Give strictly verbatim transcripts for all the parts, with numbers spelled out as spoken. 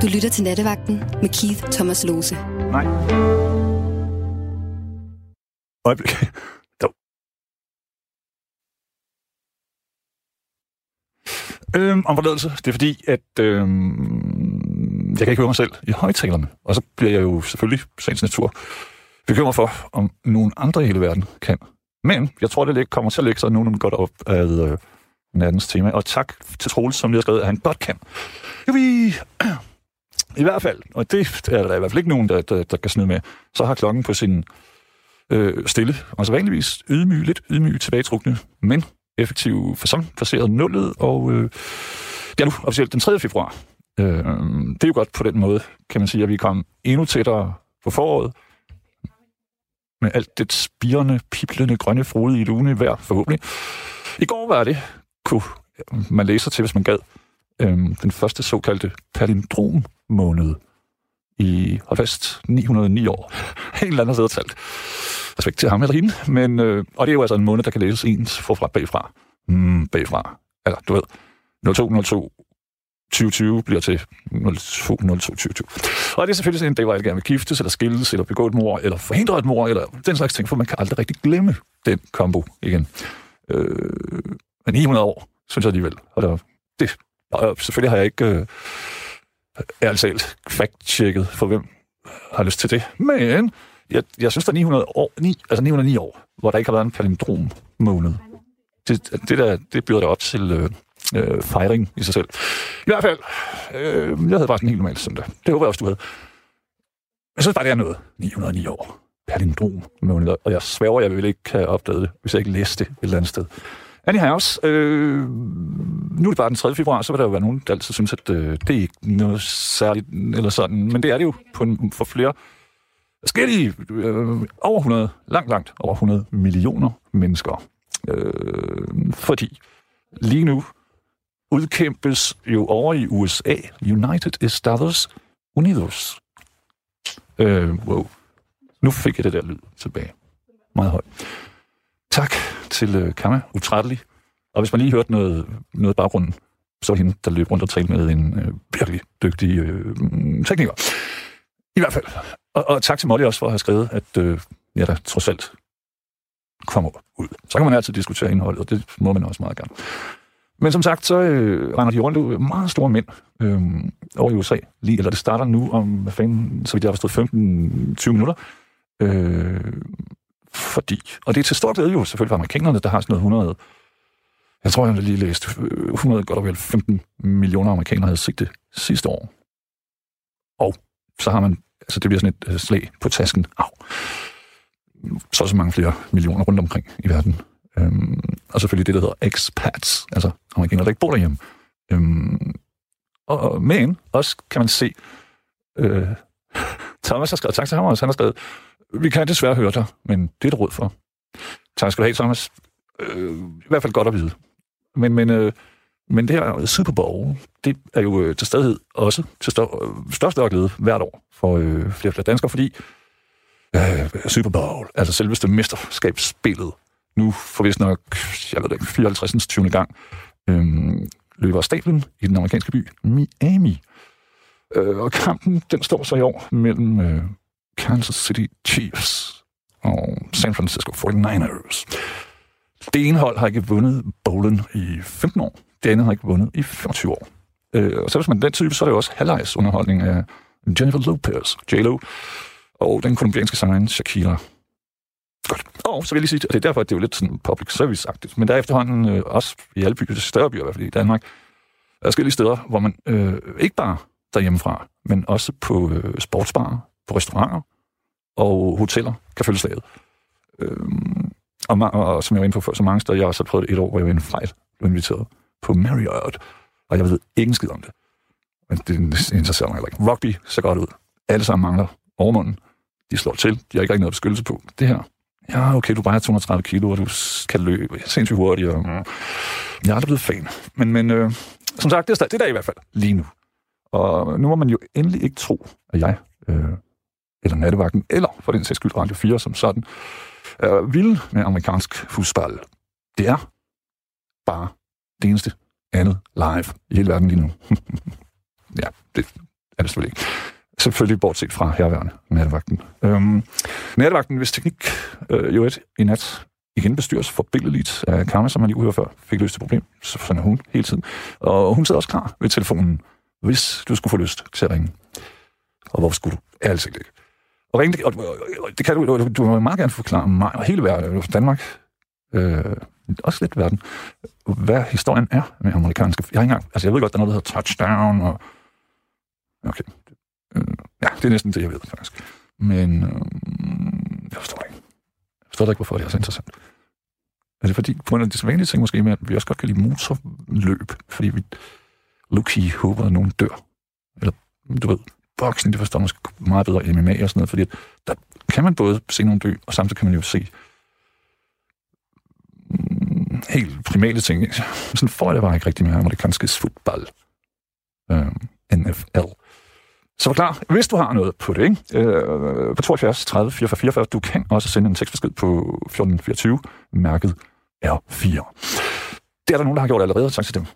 Du lytter til Nattevagten med Keith Thomas Lose. Nej. Øjeblik. Dog. Øhm, om forladelse. Det er fordi, at øhm, jeg kan ikke høre mig selv i højtalerne. Og så bliver jeg jo selvfølgelig sagens natur bekymret for, om nogen andre i hele verden kan. Men jeg tror, det kommer til at lægge sig nogenlunde godt op af øh, nattens tema. Og tak til Troels, som lige har skrevet, at han godt kan. Jubi! I hvert fald, og det er der i hvert fald ikke nogen, der, der, der kan snyde med, så har klokken på sin øh, stille, og så vanligvis ydmyg, lidt ydmyg tilbagetrukne, men effektiv fasong passeret nullet, og øh, det er nu officielt den tredje februar. Øh, det er jo godt på den måde, kan man sige, at vi kom endnu tættere på foråret, med alt det spirende, piblende, grønne, frodige, lune vejr, forhåbentlig. I går var det, kunne man læse sig til, hvis man gad, øh, den første såkaldte palindrom måned i, hold fast, ni hundrede og ni år. Helt andet sted talt. Respekt til ham eller hende, men, øh, og det er jo altså en måned, der kan læses ens forfra bagfra. Mm, bagfra. Altså, du ved, nul to nul to tyve tyve bliver til nul to nul to tyve tyve. Og det er selvfølgelig sådan en dag, hvor jeg gerne vil giftes, eller skilles, eller begå et mord, eller forhindre et mord, eller den slags ting, for man kan aldrig rigtig glemme den kombo igen. Øh, men ni hundrede år, synes jeg alligevel. Og der, det, og selvfølgelig har jeg ikke... Øh, ærligt talt fact-checket for hvem har lyst til det. Men jeg, jeg synes, der er ni hundrede år, ni, altså ni hundrede og ni år, hvor der ikke har været en palindrom-måned. Det, det, der, det byder der op til øh, øh, fejring i sig selv. I hvert fald, øh, jeg havde bare sådan en helt normal søndag. Det håber jeg også, du havde. Jeg synes bare, det er noget. ni hundrede og ni år. Palindrom-måned. Og jeg sværger, jeg ville ikke have opdaget det, hvis jeg ikke læste det et eller andet sted. Anyhows, øh, nu er det bare den tredje februar, så vil der jo være nogen, der altid synes, at øh, det er ikke noget særligt eller sådan. Men det er det jo på en, for flere forskellige, øh, over hundrede, langt, langt over hundrede millioner mennesker. Øh, fordi lige nu udkæmpes jo over i U S A, United Estados Unidos. Øh, wow. Nu fik jeg det der lyd tilbage. Meget højt. Tak til uh, Kamma, utrættelig. Og hvis man lige hørte noget, noget baggrunden, så var det hende, der løb rundt og talte med en uh, virkelig dygtig uh, tekniker. I hvert fald. Og, og tak til Molly også for at have skrevet, at uh, ja, der trods alt kommer ud. Så kan man altid diskutere indholdet, og det må man også meget gerne. Men som sagt, så uh, render de rundt meget store mænd uh, over i U S A. Lige, eller det starter nu om, hvad fanden, så vidt jeg har forstået, femten til tyve minutter. Øh... Fordi, og det er til stor glæde jo selvfølgelig for amerikanerne, der har sådan noget hundrede, jeg tror, jeg har lige læst, hundrede, godt og vel femten millioner amerikanere havde set det sidste år. Og så har man, altså det bliver sådan et uh, slag på tasken. Au. Så er så mange flere millioner rundt omkring i verden. Øhm, og selvfølgelig det, der hedder expats, altså amerikanere, der ikke bor derhjemme. Øhm, og, men også kan man se, øh, Thomas har skrevet, tak til ham også, han har skrevet, vi kan desværre høre dig, men det er et råd for. Tak skal du have, Thomas. Øh, I hvert fald godt at vide. Men, men, øh, men det her Super Bowl, det er jo øh, til stadighed også til stør- største glæde hvert år for øh, flere og flere danskere, fordi øh, Super Bowl, altså selveste mesterskabsspillet, nu for vist nok, jeg ved det ikke, fireoghalvtreds tyvende gang, øh, løber stablen i den amerikanske by Miami. Øh, og kampen, den står så i år mellem øh, Kansas City Chiefs og San Francisco forty-niners. Det ene hold har ikke vundet bowlen i femten år. Det andet har ikke vundet i femogtyve år. Øh, og så hvis man den type, så er det jo også halvlejsunderholdning af Jennifer Lopez, J-Lo, og den kolumbianske sanger Shakira. Godt. Og så vil jeg lige sige, at det er derfor, at det er jo lidt sådan public service-agtigt, men der er efterhånden øh, også i alle byer, større byer i hvert fald i Danmark, der er forskellige steder, hvor man øh, ikke bare derhjemmefra, men også på øh, sportsbarer, på restauranter og hoteller kan følge slaget. Øhm, og, ma- og som jeg var inde på før, så mange steder, jeg har også prøvet et år, hvor jeg var en fejl, blev inviteret på Marriott, og jeg ved ikke skid om det. Men det interesserer mig heller ikke. Rugby ser godt ud. Alle sammen mangler overmunden. De slår til. De har ikke rigtig noget beskyttelse på. Det her, ja, okay, du vejer to hundrede og tredive kilo, og du kan løbe sindssygt hurtigt. Og, mm. Jeg er aldrig blevet fan. Men, men øh, som sagt, det er, det er der i hvert fald lige nu. Og nu må man jo endelig ikke tro, at jeg, øh, eller Nattevagten, eller for den sags skyld Radio fire som sådan, er vild med amerikansk fodbold. Det er bare det eneste andet live i hele verden lige nu. Ja, det er det selvfølgelig ikke. Selvfølgelig bortset fra herværende nattevagten. Øhm, nattevagten, hvis teknik øh, jo et i nat igen bestyres forbilledeligt af Karma, som man lige uhører før, fik løst det problem. Så sådan er hun hele tiden. Og hun sidder også klar ved telefonen, hvis du skulle få lyst til at ringe. Og hvorfor skulle du? Ærligt ikke. Og ringe, det, og, og, det kan du, du må meget gerne forklare mig og hele verden, Danmark, øh, også lidt verden, hvad historien er med amerikanske. Jeg har ikke engang, altså jeg ved godt, der er noget, der hedder touchdown, og okay. Øh, ja, det er næsten det, jeg ved, faktisk. Men øh, jeg forstår det ikke. Jeg forstår ikke, hvorfor det er så interessant. Er det fordi, på grund af de sædvanlige ting måske, med, at vi også godt kan lide motorløb, fordi vi low-key håber, at nogen dør. Eller, du ved, boksning, det forstår måske meget bedre M M A og sådan noget, fordi at der kan man både se nogen dø, og samtidig kan man jo se mm, helt primale ting. Ikke? Sådan får det bare ikke rigtig med amerikansk fodbold. Øh, N F L. Så forklar, hvis du har noget på det, ikke? Øh, på tooghalvfjerds tredive fireogfyrre fireogfyrre, du kan også sende en tekstbesked på fjorten fireogtyve, mærket R fire. Det er der nogen, der har gjort allerede, tak til dem.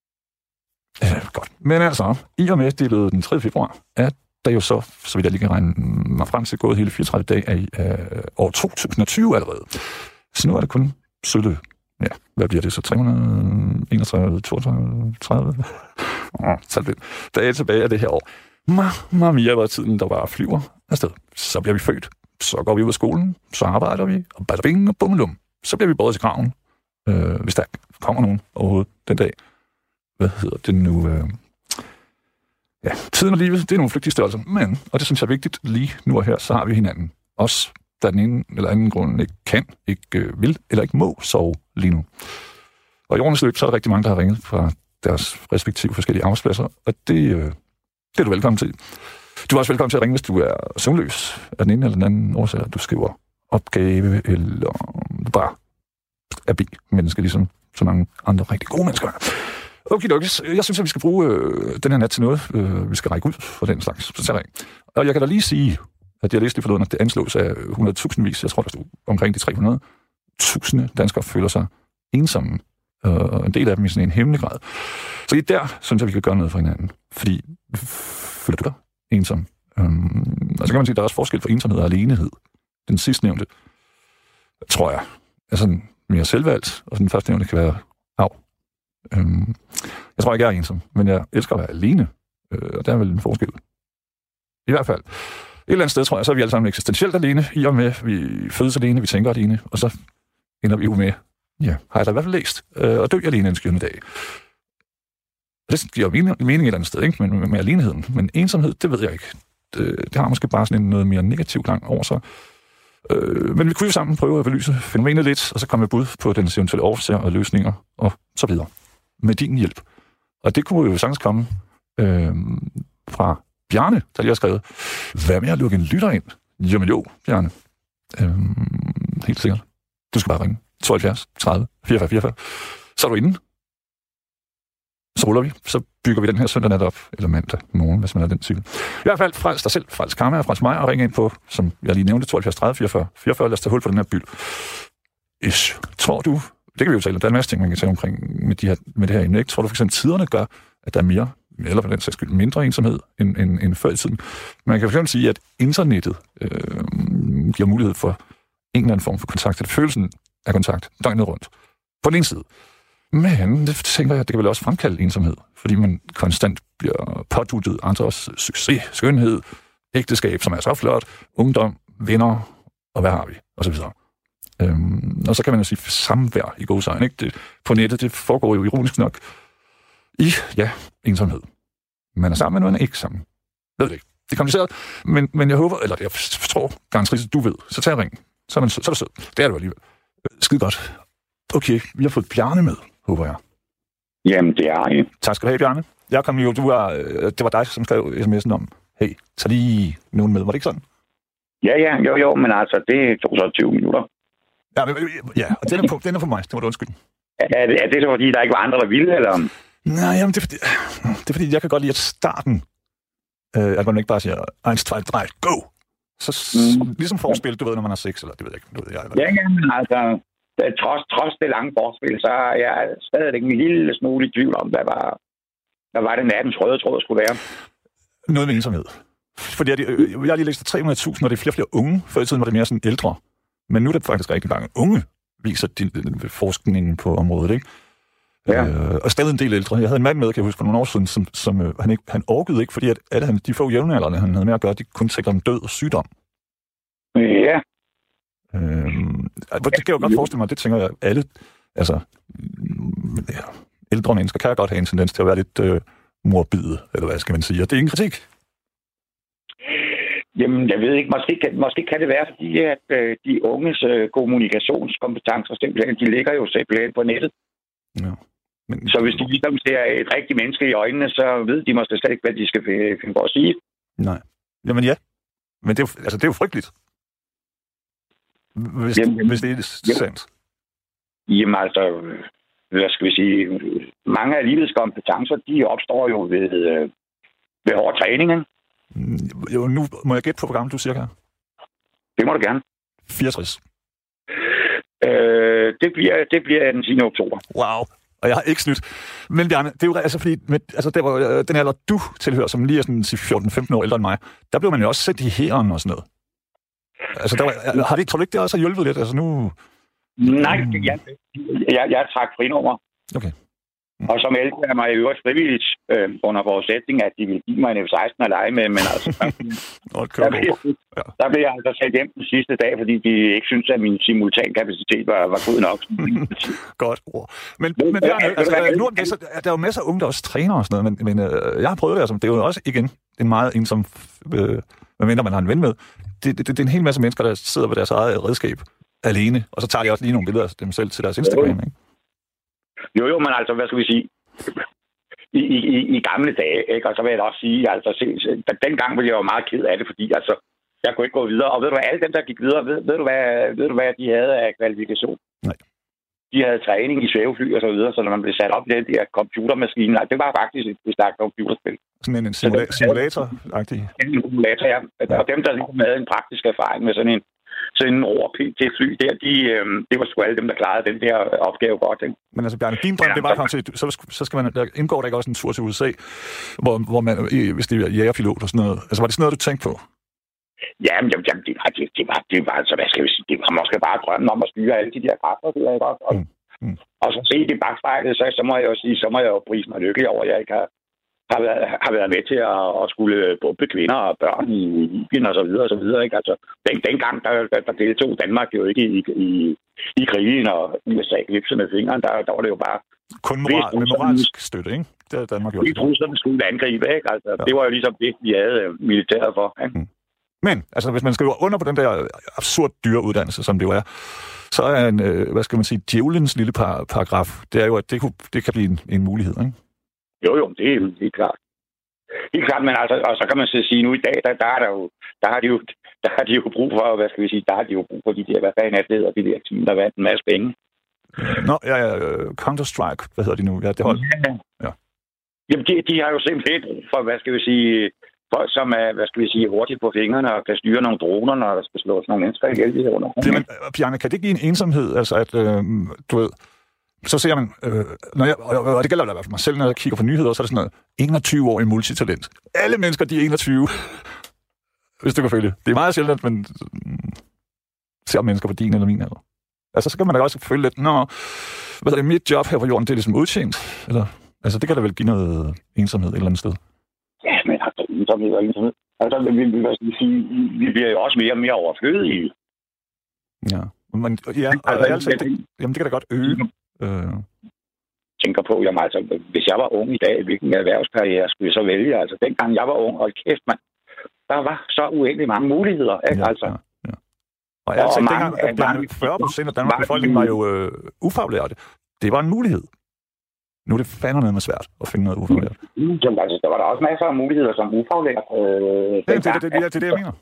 Øh, godt. Men altså, i og med, det er blevet den tredje februar, er der jo så, så vidt jeg lige kan regne mig frem til, gået hele fireogtredive dage af øh, år to tusind og tyve allerede. Så nu er det kun sølle, ja, hvad bliver det så, tre hundrede og enogtredive, toogtredive, tredive? Åh, så lidt dage tilbage af det her år. Mamma mia, hvor tiden der bare flyver afsted. Så bliver vi født, så går vi ud af skolen, så arbejder vi, og bada bing og bummelum. Så bliver vi båret til graven, øh, hvis der kommer nogen overhovedet den dag. Hvad hedder det nu? Øh... Ja, tiden og livet, det er nogle flygtige størrelser, men, og det synes jeg er vigtigt, lige nu og her, så har vi hinanden. Også der den ene eller anden grund ikke kan, ikke øh, vil eller ikke må sove lige nu. Og i årenes løb, så er der rigtig mange, der har ringet fra deres respektive forskellige arbejdspladser, og det, øh, det er du velkommen til. Du er også velkommen til at ringe, hvis du er søvnløs af den ene eller den anden årsag, du skriver opgave, eller du bare er bi-menneske, ligesom så mange andre rigtig gode mennesker er. Okay, okay. Jeg synes, at vi skal bruge øh, den her nat til noget. Øh, vi skal række ud for den slags. Så tager jeg. Og jeg kan da lige sige, at jeg læste lige forleden, at det anslås af hundrede tusindvis, jeg tror, der stod omkring de tre hundrede tusinde danskere føler sig ensomme. Og en del af dem i sådan en hemmelig grad. Så lige der synes jeg, vi kan gøre noget for hinanden. Fordi, føler du dig ensom? Øhm, og så kan man sige, at der er også forskel for ensomhed og alenehed. Den sidste nævnte, tror jeg, er sådan mere selvvalgt, og den første nævnte kan være af. Øhm, jeg tror ikke, jeg er ensom, men jeg elsker at være alene. Øh, og der er vel en forskel. I hvert fald. Et eller andet sted, tror jeg, så er vi alle sammen eksistentielt alene, i og med, at vi fødes alene, vi tænker alene, og så ender vi jo med, ja, har jeg da i hvert fald læst, øh, og dø alene en skjønne dag. Det giver mening, mening et eller andet sted, ikke? Men med, med aleneheden. Men ensomhed, det ved jeg ikke. Det, det har måske bare sådan en noget mere negativ klang over sig. Øh, men vi kunne jo sammen prøve at belyse fænomenet lidt, og så komme med bud på den eventuelle årsager og løsninger, og så videre. Med din hjælp. Og det kunne jo sagtens komme øh, fra Bjarne, der lige har skrevet, hvad med at lukke en lytter ind? Jamen jo, Bjarne. Øh, helt sikkert. Du skal bare ringe. tooghalvfjerds tredive fireogfyrre fireogfyrre. Så er du inde. Så ruller vi. Så bygger vi den her søndag nat op, eller mandag morgen, hvis man har den type. I hvert fald frels dig selv, frels Karma og frels mig, og ringe ind på, som jeg lige nævnte, tooghalvfjerds tredive fireogfyrre fireogfyrre. Lad os tage hul på den her byld. Ish. Tror du, det kan vi jo tale om, der er en masse ting, man kan tale omkring med, de her, med det her emne, ikke? Tror du for eksempel, tiderne gør, at der er mere, eller for den sags skyld, mindre ensomhed end, end, end før i tiden? Man kan for eksempel sige, at internettet øh, giver mulighed for en eller anden form for kontakt, at følelsen af kontakt døgnet rundt. På den ene side. Men det tænker jeg, det kan vel også fremkalde ensomhed, fordi man konstant bliver påduttet andres succes, skønhed, ægteskab, som er så flot, ungdom, venner, og hvad har vi, og så videre. Øhm, og så kan man jo sige samvær i god sign, ikke? Det, på nettet, det foregår jo ironisk nok i, ja, ensomhed. Man er sammen med nogen, ikke sammen. Ved det ikke. Det er kompliceret, men, men jeg håber, eller jeg tror garanteret, du ved, så tag ring. Så er, man, så er du sød. Det er du alligevel. Skide godt. Okay, vi har fået Bjarne med, håber jeg. Jamen, det er jeg. Tak skal du have, Bjarne. Jeg kom jo, du var, det var dig, som skrev sms'en om, hey, tag lige nogen med. Var det ikke sådan? Ja, ja, jo, jo, men altså, det tog så tyve minutter. Ja, men, ja og den er, på, den er på mig, det må du undskylde. Er det, er det så, fordi der ikke var andre, der ville, eller? Nej, jamen, det er fordi, det er fordi jeg kan godt lide, at starten, øh, at man ikke bare siger, en, to, tre, go! Så, mm. ligesom forspil, du ved, når man har sex, eller det ved jeg ikke, du ved jeg. Eller. Ja, ja, men altså, trods, trods det lange forspil, så er jeg stadig en lille smule i tvivl om, hvad var, hvad var det nattens røde tråd skulle være. noget med ensomhed. Fordi jeg, jeg har lige læst tre hundrede tusind, og det er flere og flere unge. Før i tiden var det mere sådan ældre. Men nu er det faktisk rigtig mange unge, viser de, de, forskningen på området, ikke? Ja. Øh, og stadig en del ældre. Jeg havde en mand med, kan jeg huske, for nogle år siden, som, som øh, han, ikke, han orkede ikke, fordi at alle han, de få jævnaldrende, han havde med at gøre, de kun tænkte om død og sygdom. Ja. Øh, det kan jeg jo godt forestille mig, det tænker jeg, alle, altså, ja, ældre mennesker kan godt have en tendens til at være lidt øh, morbide, eller hvad skal man sige, og det er ingen kritik. Jamen, jeg ved ikke. Måske kan, måske kan det være, fordi at øh, de unges øh, kommunikationskompetencer simpelthen, de ligger jo simpelthen på nettet. Ja. Men, så hvis de ligesom ser et rigtigt menneske i øjnene, så ved de måske slet ikke, hvad de skal finde på at sige. Nej. Jamen ja. Men det er jo, altså, det er jo frygteligt. Hvis, jamen, hvis det er sandt. Jamen altså, hvad skal vi sige, mange af livets kompetencer, de opstår jo ved, øh, ved hård træning, ikke? Jo, nu må jeg gætte på, hvor gammel du cirka er. Det må du gerne. fireogtres. Øh, det, bliver, det bliver den tiende oktober. Wow. Og jeg har ikke snydt. Men Bjarne, det er jo altså fordi, med, altså der var, øh, den alder, du tilhører, som lige er sådan fjorten femten år ældre end mig, der blev man jo også sendt i hæren og sådan noget. Altså, der var, har det, tror du ikke, det også har hjulpet lidt? Altså nu... Nej, jeg, jeg, jeg trak frinummer. Okay. Mm. Og som ældre er mig i øvrigt frivilligt øh, under forudsætning, at de ville give mig en F seksten at lege med, men altså... der, blev, ja. der blev jeg altså sat hjem den sidste dag, fordi de ikke syntes, at min simultankapacitet var, var god nok. Godt ord. Men, men Bjarne, altså, nu er det, så, der er jo masser af unge, der også træner og sådan noget, men, men øh, jeg har prøvet det, altså, det er jo også igen en meget ensom, øh, medmindre man har en ven med. Det, det, det er en hel masse mennesker, der sidder ved deres eget redskab alene, og så tager de også lige nogle billeder af dem selv til deres Instagram, ikke? Jo, jo, men altså, hvad skal vi sige? I, i, i gamle dage, ikke? Og så vil jeg da også sige, altså, se, dengang var jeg jo meget ked af det, fordi altså, jeg kunne ikke gå videre. Og ved du hvad, alle dem, der gik videre, ved, ved, du, hvad, ved du, hvad de havde af kvalifikation? Nej. De havde træning i svævefly og så videre, så når man blev sat op i den der computermaskine, det var faktisk et stærkt computerspil. Sådan en simula- simulator-agtig? En simulator, ja. Og dem, der ligesom havde en praktisk erfaring med sådan en sådan en over P T-fly der, de, øh, det var sgu alle dem, der klarede den der opgave godt, ikke? Men altså, Bjarne, din drøm, det var til, så, så skal man, der indgår der ikke også en tur til U S A, hvor, hvor man, hvis det er jægerpilot og sådan noget, altså var det sådan noget, du tænkte på? Jamen, jamen, jamen det, var, det, det, var, det var altså, hvad skal vi sige, det var måske bare drømmen om at styre alle de der kræfter, det er ikke også? Og, mm. Mm. og så se det bagspejlet, så, så må jeg jo sige, så må jeg jo prise mig lykkelig over, at jeg ikke har har været, har været med til at, at skulle bombe kvinder og børn i Libyen og så videre og så videre, ikke? Altså, den, dengang, der, der deltog Danmark jo ikke i, i, i krigen, og U S A glipsede med fingeren, der, der var det jo bare... Kun moral, med moralsk støtte, ikke? Det er Danmark jo. Vi troede, at vi skulle angribe, ikke? Altså, ja. Det var jo ligesom det, vi havde militæret for, ikke? Mm. Men, altså, hvis man skriver under på den der absurd dyre uddannelse, som det jo er, så er en, øh, hvad skal man sige, djævelens lille par, paragraf, det er jo, at det, kunne, det kan blive en, en mulighed, ikke? Jo, jo, det er jo helt klart. Helt klart, men altså, og så kan man så sige, nu i dag, der, der er der jo, der har de jo, der har de jo brug for, hvad skal vi sige, der har de jo brug for de der, hvad fanden er det, og de der team, der vandt en masse penge. Nå, ja, ja, Counter-Strike, hvad hedder de nu? Ja, det hold. Ja. Ja. Jamen, de, de har jo simpelthen brug for, hvad skal vi sige, folk, som er, hvad skal vi sige, hurtigt på fingrene og kan styre nogle droner, når der skal slås nogle mennesker ihjel i under. Jamen, Bjarne, kan det give en ensomhed, altså at, øh, du ved, så ser man, øh, når jeg, og det gælder i hvert fald mig selv, når jeg kigger på nyheder, så er det sådan noget, enogtyve år i multitalent. Alle mennesker, de er enogtyve. Hvis du kan følge. Det er meget sjældent, at man ser mennesker på din eller min alder. Altså, så kan man da også føle lidt, nå, hvad er det, mit job her på jorden, det er ligesom udtjent. Eller, altså, det kan da vel give noget ensomhed et eller andet sted. Ja, men altså, ensomhed og ensomhed. Altså, vi, vi, hvad skal vi sige, vi bliver jo også mere og mere overflødige. Ja, men, ja, og altså, altså, det, jamen, det kan da godt øge. Øh. Tænker på, jamen altså, hvis jeg var ung i dag, hvilken erhvervskarriere skulle jeg så vælge? Altså, dengang jeg var ung, hold kæft, man, der var så uendelig mange muligheder, ikke? Ja, altså. Ja, ja. Og jeg tænkte, dengang, at mange, fyrre procent af Danmarks befolkning var jo øh, ufaglærte. Det var en mulighed. Nu er det fandme med svært at finde noget ufaglært. Jamen, altså, der var der også masser af muligheder som ufaglært. Øh, ja, det, det, det, det, det er det, jeg mener.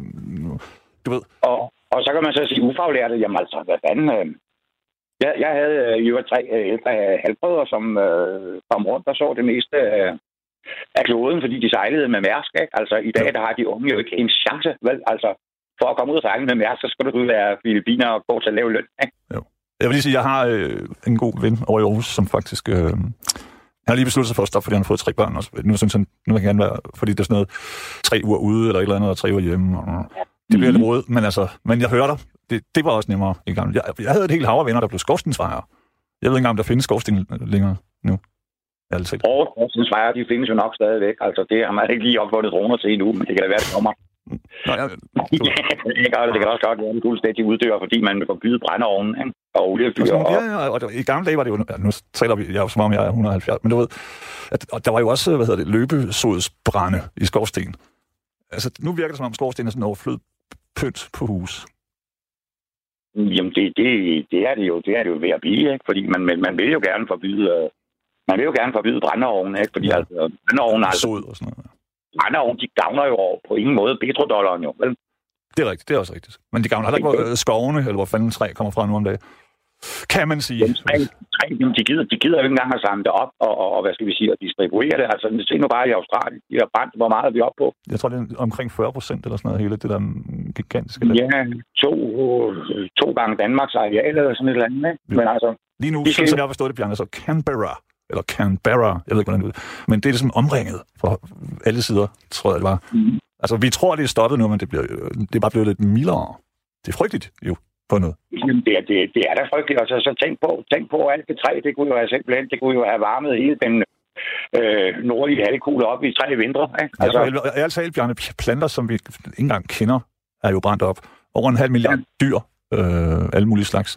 Du ved. Og, og så kan man så sige ufaglærte, jamen altså, hvad fanden... Øh, Jeg, jeg havde jo tre ældre halvbrødre, som øh, kom rundt og så det meste øh, af kloden, fordi de sejlede med Mærsk, ikke? Altså, i dag, der har de unge jo ikke en chance, vel? Altså, for at komme ud og sejle med Mærsk, så skal du være filipiner og gå til at lave løn, ikke? Jo. Jeg vil lige sige, jeg har øh, en god ven over i Aarhus, som faktisk øh, Han har lige besluttet sig for at stoppe, fordi han har fået tre børn også. Nu synes han, nu vil han gerne være, fordi det er sådan noget tre uger ude, eller et eller andet, og tre uger hjemme. Og det bliver lidt rodet, men altså, men jeg hører dig. Det, det var også nemmere i gang. Jeg, jeg havde et helt hav af venner, der blev skorstensfejere. Jeg ved ikke engang, om der findes skorsten længere nu. Og skorstensfejere, de findes jo nok stadigvæk. Altså, det har man ikke lige opfundet droner til endnu, men det kan da være, det kommer. Nå, ja, det kan også godt være, at det fuldstændig uddør, fordi man vil forbyde brændeovnen, ikke? Og oliefyr. Ja, ja, og i gamle dage var det jo, ja, nu taler vi, jeg er jo som om jeg er et hundrede og halvfjerds, men du ved, at, og der var jo også, hvad hedder det, løbesodsbrænde i skorsten. Altså, nu virker det som om skorsten er sådan overflødet pynt på hus. Jamen, det, det, det, er det, jo, det er det jo ved at blive, ikke? Fordi man, man, man vil jo gerne forbyde, man vil jo gerne forbyde brændeovnen, ikke? Fordi ja. altså, brændeovnen altså, sod og sådan noget. Brændeovnen, de gavner jo på ingen måde petrodollaren jo, vel? Det er rigtigt, det er også rigtigt. Men de gavner heller ikke, hvor skovene, eller hvor fanden træ kommer fra nu om dagen. Kan man sige. Jamen, træ, træ, de, gider, de gider jo ikke engang at samle det op og, og, og, hvad skal vi sige, og distribuere det. Altså, se nu bare i Australien, de har brændt, hvor meget er vi oppe på? Jeg tror, det er omkring fyrre procent eller sådan noget, hele det der gigantiske land. Ja, to, to gange Danmarks areal eller sådan et eller andet, ikke? Men altså... Lige nu, sådan som jeg har forstået det, Bjarne, så Canberra, eller Canberra, jeg ved ikke, hvordan det er, men det er ligesom omringet fra alle sider, tror jeg, det var. Mm. Altså, vi tror, det er stoppet nu, men det, bliver, det er bare blevet lidt mildere. Det er frygteligt, jo, på noget. Jamen, det er, det, det er da frygteligt. Og så, så tænk på, tænk på alt det træ, det kunne jo have simpelthen, det kunne jo have varmet hele den øh, nordlige halvkugle op i tre vintre. Ikke? Altså, ja, jeg altså Bjarne, planter, som vi ikke engang kender, er jo brændt op. Over en halv milliard ja. dyr, øh, alle mulige slags.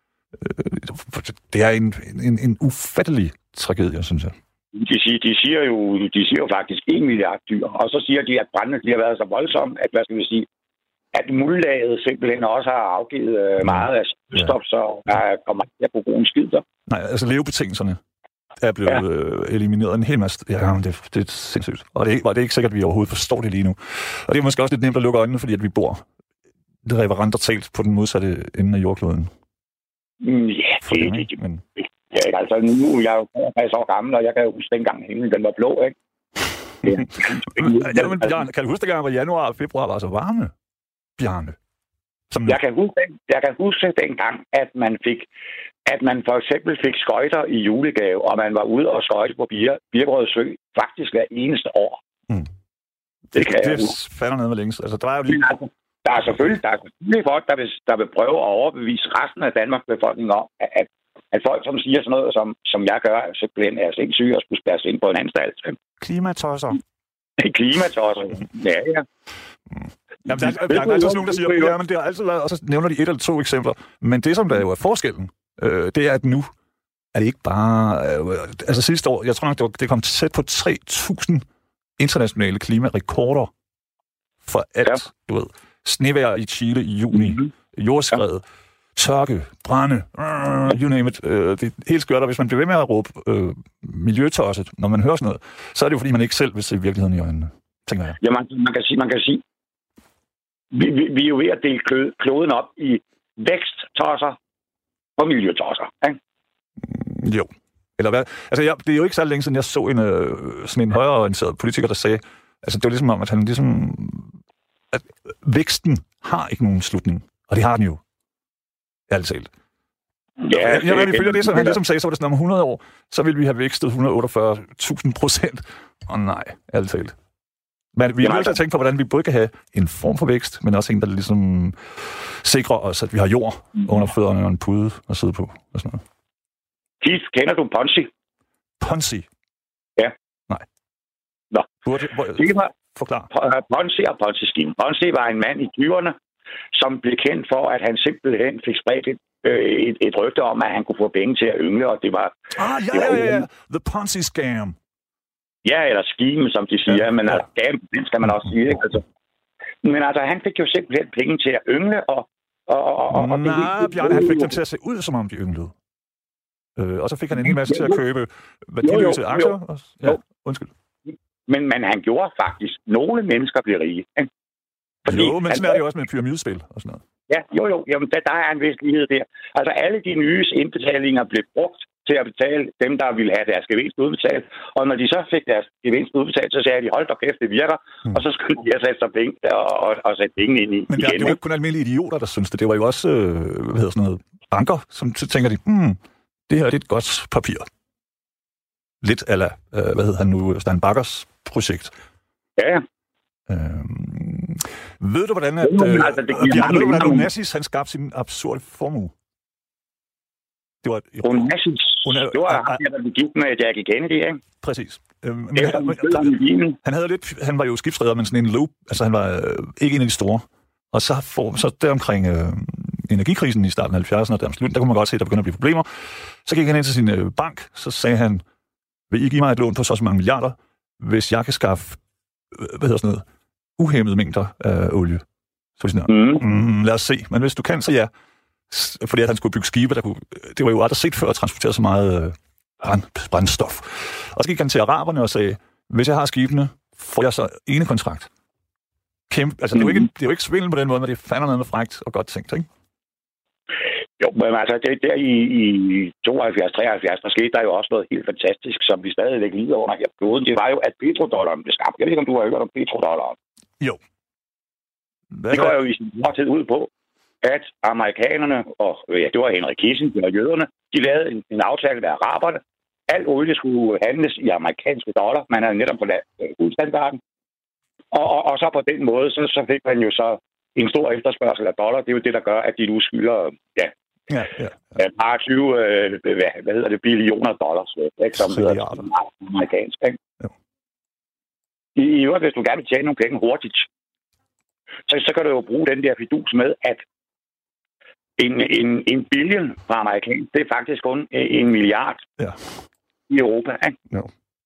Øh, det er en, en, en ufattelig tragedie, synes jeg. De siger, de siger jo, de siger jo faktisk en milliard dyr, og så siger de, at brændene de har været så voldsomme, at hvad skal vi sige, at muldlaget simpelthen også har afgivet øh, meget af stof, ja. Så der kommer ikke til at bruge en skid der. Nej, altså levebetingelserne er blevet ja. øh, elimineret en hel masse. Ja, det, det er sindssygt. Og det, er, og det er ikke sikkert, at vi overhovedet forstår det lige nu. Og det er måske også lidt nemt at lukke øjnene, fordi at vi bor reverent og talt på den modsatte ende af jordkloden. Mm, ja, det er det. Men... Ja, altså nu er jeg jo tres år gammel, og jeg kan jo huske dengang himlen, den var blå, ikke? Ja. ja, men Bjarne, kan du huske dengang, hvor januar og februar var så varme? Bjarne? Som jeg, kan huske, jeg kan huske dengang, at man fik, at man for eksempel fik skøjter i julegave, og man var ude og skøjte på Birkerød Sø faktisk hver eneste år. Mm. Det, det kan det jeg huske. Det falder ned med længes. Altså, der er jo lige... Altså, der er selvfølgelig, der er selvfølgelig folk, der vil, der vil prøve at overbevise resten af Danmarks befolkning om, at at folk, som siger sådan noget, som, som jeg gør, simpelthen er sindssyge og skulle spærres ind på en anstalt. Klimatosser. Klimatosser, ja, ja. Mm. Jamen, der, er, der er altid nogen, der siger, ja, men det har altid været, og så nævner de et eller to eksempler. Men det, som der jo er forskellen, øh, det er, at nu er det ikke bare... Øh, altså sidste år, jeg tror nok, det, var, det kom tæt på tre tusind internationale klimarekorder for alt, ja. Du ved. Snevejr i Chile i juni, mm-hmm. jordskred, ja. Tørke, brænde, uh, you name it. Uh, det er helt skørt, og hvis man bliver ved med at råbe uh, miljøtosset, når man hører sådan noget, så er det jo, fordi man ikke selv vil se virkeligheden i øjnene, tænker jeg. Ja, man, man kan sige, man kan sige, vi, vi, vi er jo ved at dele kloden op i væksttosser og miljøtosser, ikke? Mm, jo. Eller hvad? Altså, jeg, det er jo ikke så længe siden, jeg så en, øh, sådan en højreorienteret politiker, der sagde, altså det var ligesom om, at han ligesom, at væksten har ikke nogen slutning, og det har den jo. Ærligt talt. Ja, jeg, jeg, jeg følger det, som han ligesom sagde, så var det sådan om hundrede år, så ville vi have vækstet et hundrede og otteogfyrre tusind procent. Og nej, ærligt talt. Men vi er nødt til at tænke på, hvordan vi både kan have en form for vækst, men også en, der ligesom sikrer os, at vi har jord under fødderne og en pude at sidde på. Og sådan noget. Keith, kender du Ponzi? Ponzi? Ja. Nej. Nå. Burde, hvor, forklar. Ponzi og Ponzi-scheme. Ponzi var en mand i tyverne, som blev kendt for, at han simpelthen fik spredt et, øh, et, et rygte om, at han kunne få penge til at yngle, og det var... Ah, ja, ja, ja, ja. The Ponzi scam. Ja, eller scheme, som de siger, ja, men ja. Altså, scam, det skal man også sige, ikke? Altså, men altså, han fik jo simpelthen penge til at yngle, og... og, og, og Nej, det, Bjarne, han fik dem til at se ud, som om de ynglede. Øh, og så fik han en hel masse til at købe værdiløse aktier. Jo, jo. Ja, undskyld. Men, men han gjorde faktisk, nogle mennesker blev rige, ikke? Fordi, jo, men sådan er det jo også med pyramidespil og sådan noget. Ja, jo, jo. Jamen, der, der er en vis lighed der. Altså, alle de nye indbetalinger blev brugt til at betale dem, der ville have deres gevinst udbetalt. Og når de så fik deres gevinst udbetalt, så sagde de, hold da kæft, det virker. Mm. Og så skulle de have sat sig penge og, og, og sætte penge ind i. Men ja, det var ikke kun almindelige idioter, der synes det. Det var jo også, øh, hvad hedder sådan noget, banker, som tænker de, hmm, det her det er et godt papir. lidt ala, øh, hvad hedder han nu, Stein Baggers projekt. Ja, ja. Øhm, ved du, hvordan at, øh, øh, altså, det Bjarne, ved du, hvordan Onassis, han skabte sin absurde formue? Det var... Onassis? Det var ham, der blev gift med Jackie Kennedy, ikke? Præcis. Øhm, men, Efter, han, han, han havde lidt... Han var jo skibsreder, men sådan en loop. Altså, han var øh, ikke en af de store. Og så, for, så der omkring øh, energikrisen i starten af halvfjerdserne og der, slut, der kunne man godt se, at der begyndte at blive problemer. Så gik han ind til sin øh, bank, så sagde han, vil I give mig et lån på så så mange milliarder, hvis jeg kan skaffe, øh, hvad hedder sådan noget, uhæmmede mængder af olie. Så sådan her, mm. Mm, lad os se. Men hvis du kan, så ja. Fordi at han skulle bygge skibe, der kunne, det var jo aldrig set før at transportere så meget øh, brand, brændstof. Og så gik han til araberne og sagde, hvis jeg har skibene, får jeg så ene kontrakt. Kæmpe, altså, mm. det, er jo ikke, det er jo ikke svindel på den måde, men det er fandme noget med frækt og godt tænkt, ikke? Jo, men altså, det, der i, i tooghalvfjerds treoghalvfjerds, der skete der jo også noget helt fantastisk, som vi stadigvæk lider under her på kloden. Det var jo, at petrodollaren blev skabt. Jeg ved ikke, om du har hørt om petrodollaren. Jo. Hvad det går jo i sin tid ud på, at amerikanerne, og ja, det var Henry Kissinger og jøderne, de lavede en, en aftale med araberne. Al olie skulle handles i amerikanske dollar. Man havde netop forladt guldstandarden. Og, og, og så på den måde, så, så fik man jo så en stor efterspørgsel af dollar. Det er jo det, der gør, at de nu skylder ja, ja, ja, ja. bare tyve øh, hvad, hvad hedder det, billioner dollars, ikke, som hedder amerikansk. Ikke? Ja. I, I øvrigt, hvis du gerne vil tjene nogle penge hurtigt, så, så kan du jo bruge den der fidus med, at en, en, en billion fra amerikansk, det er faktisk kun en milliard ja. i Europa. Ikke? Ja.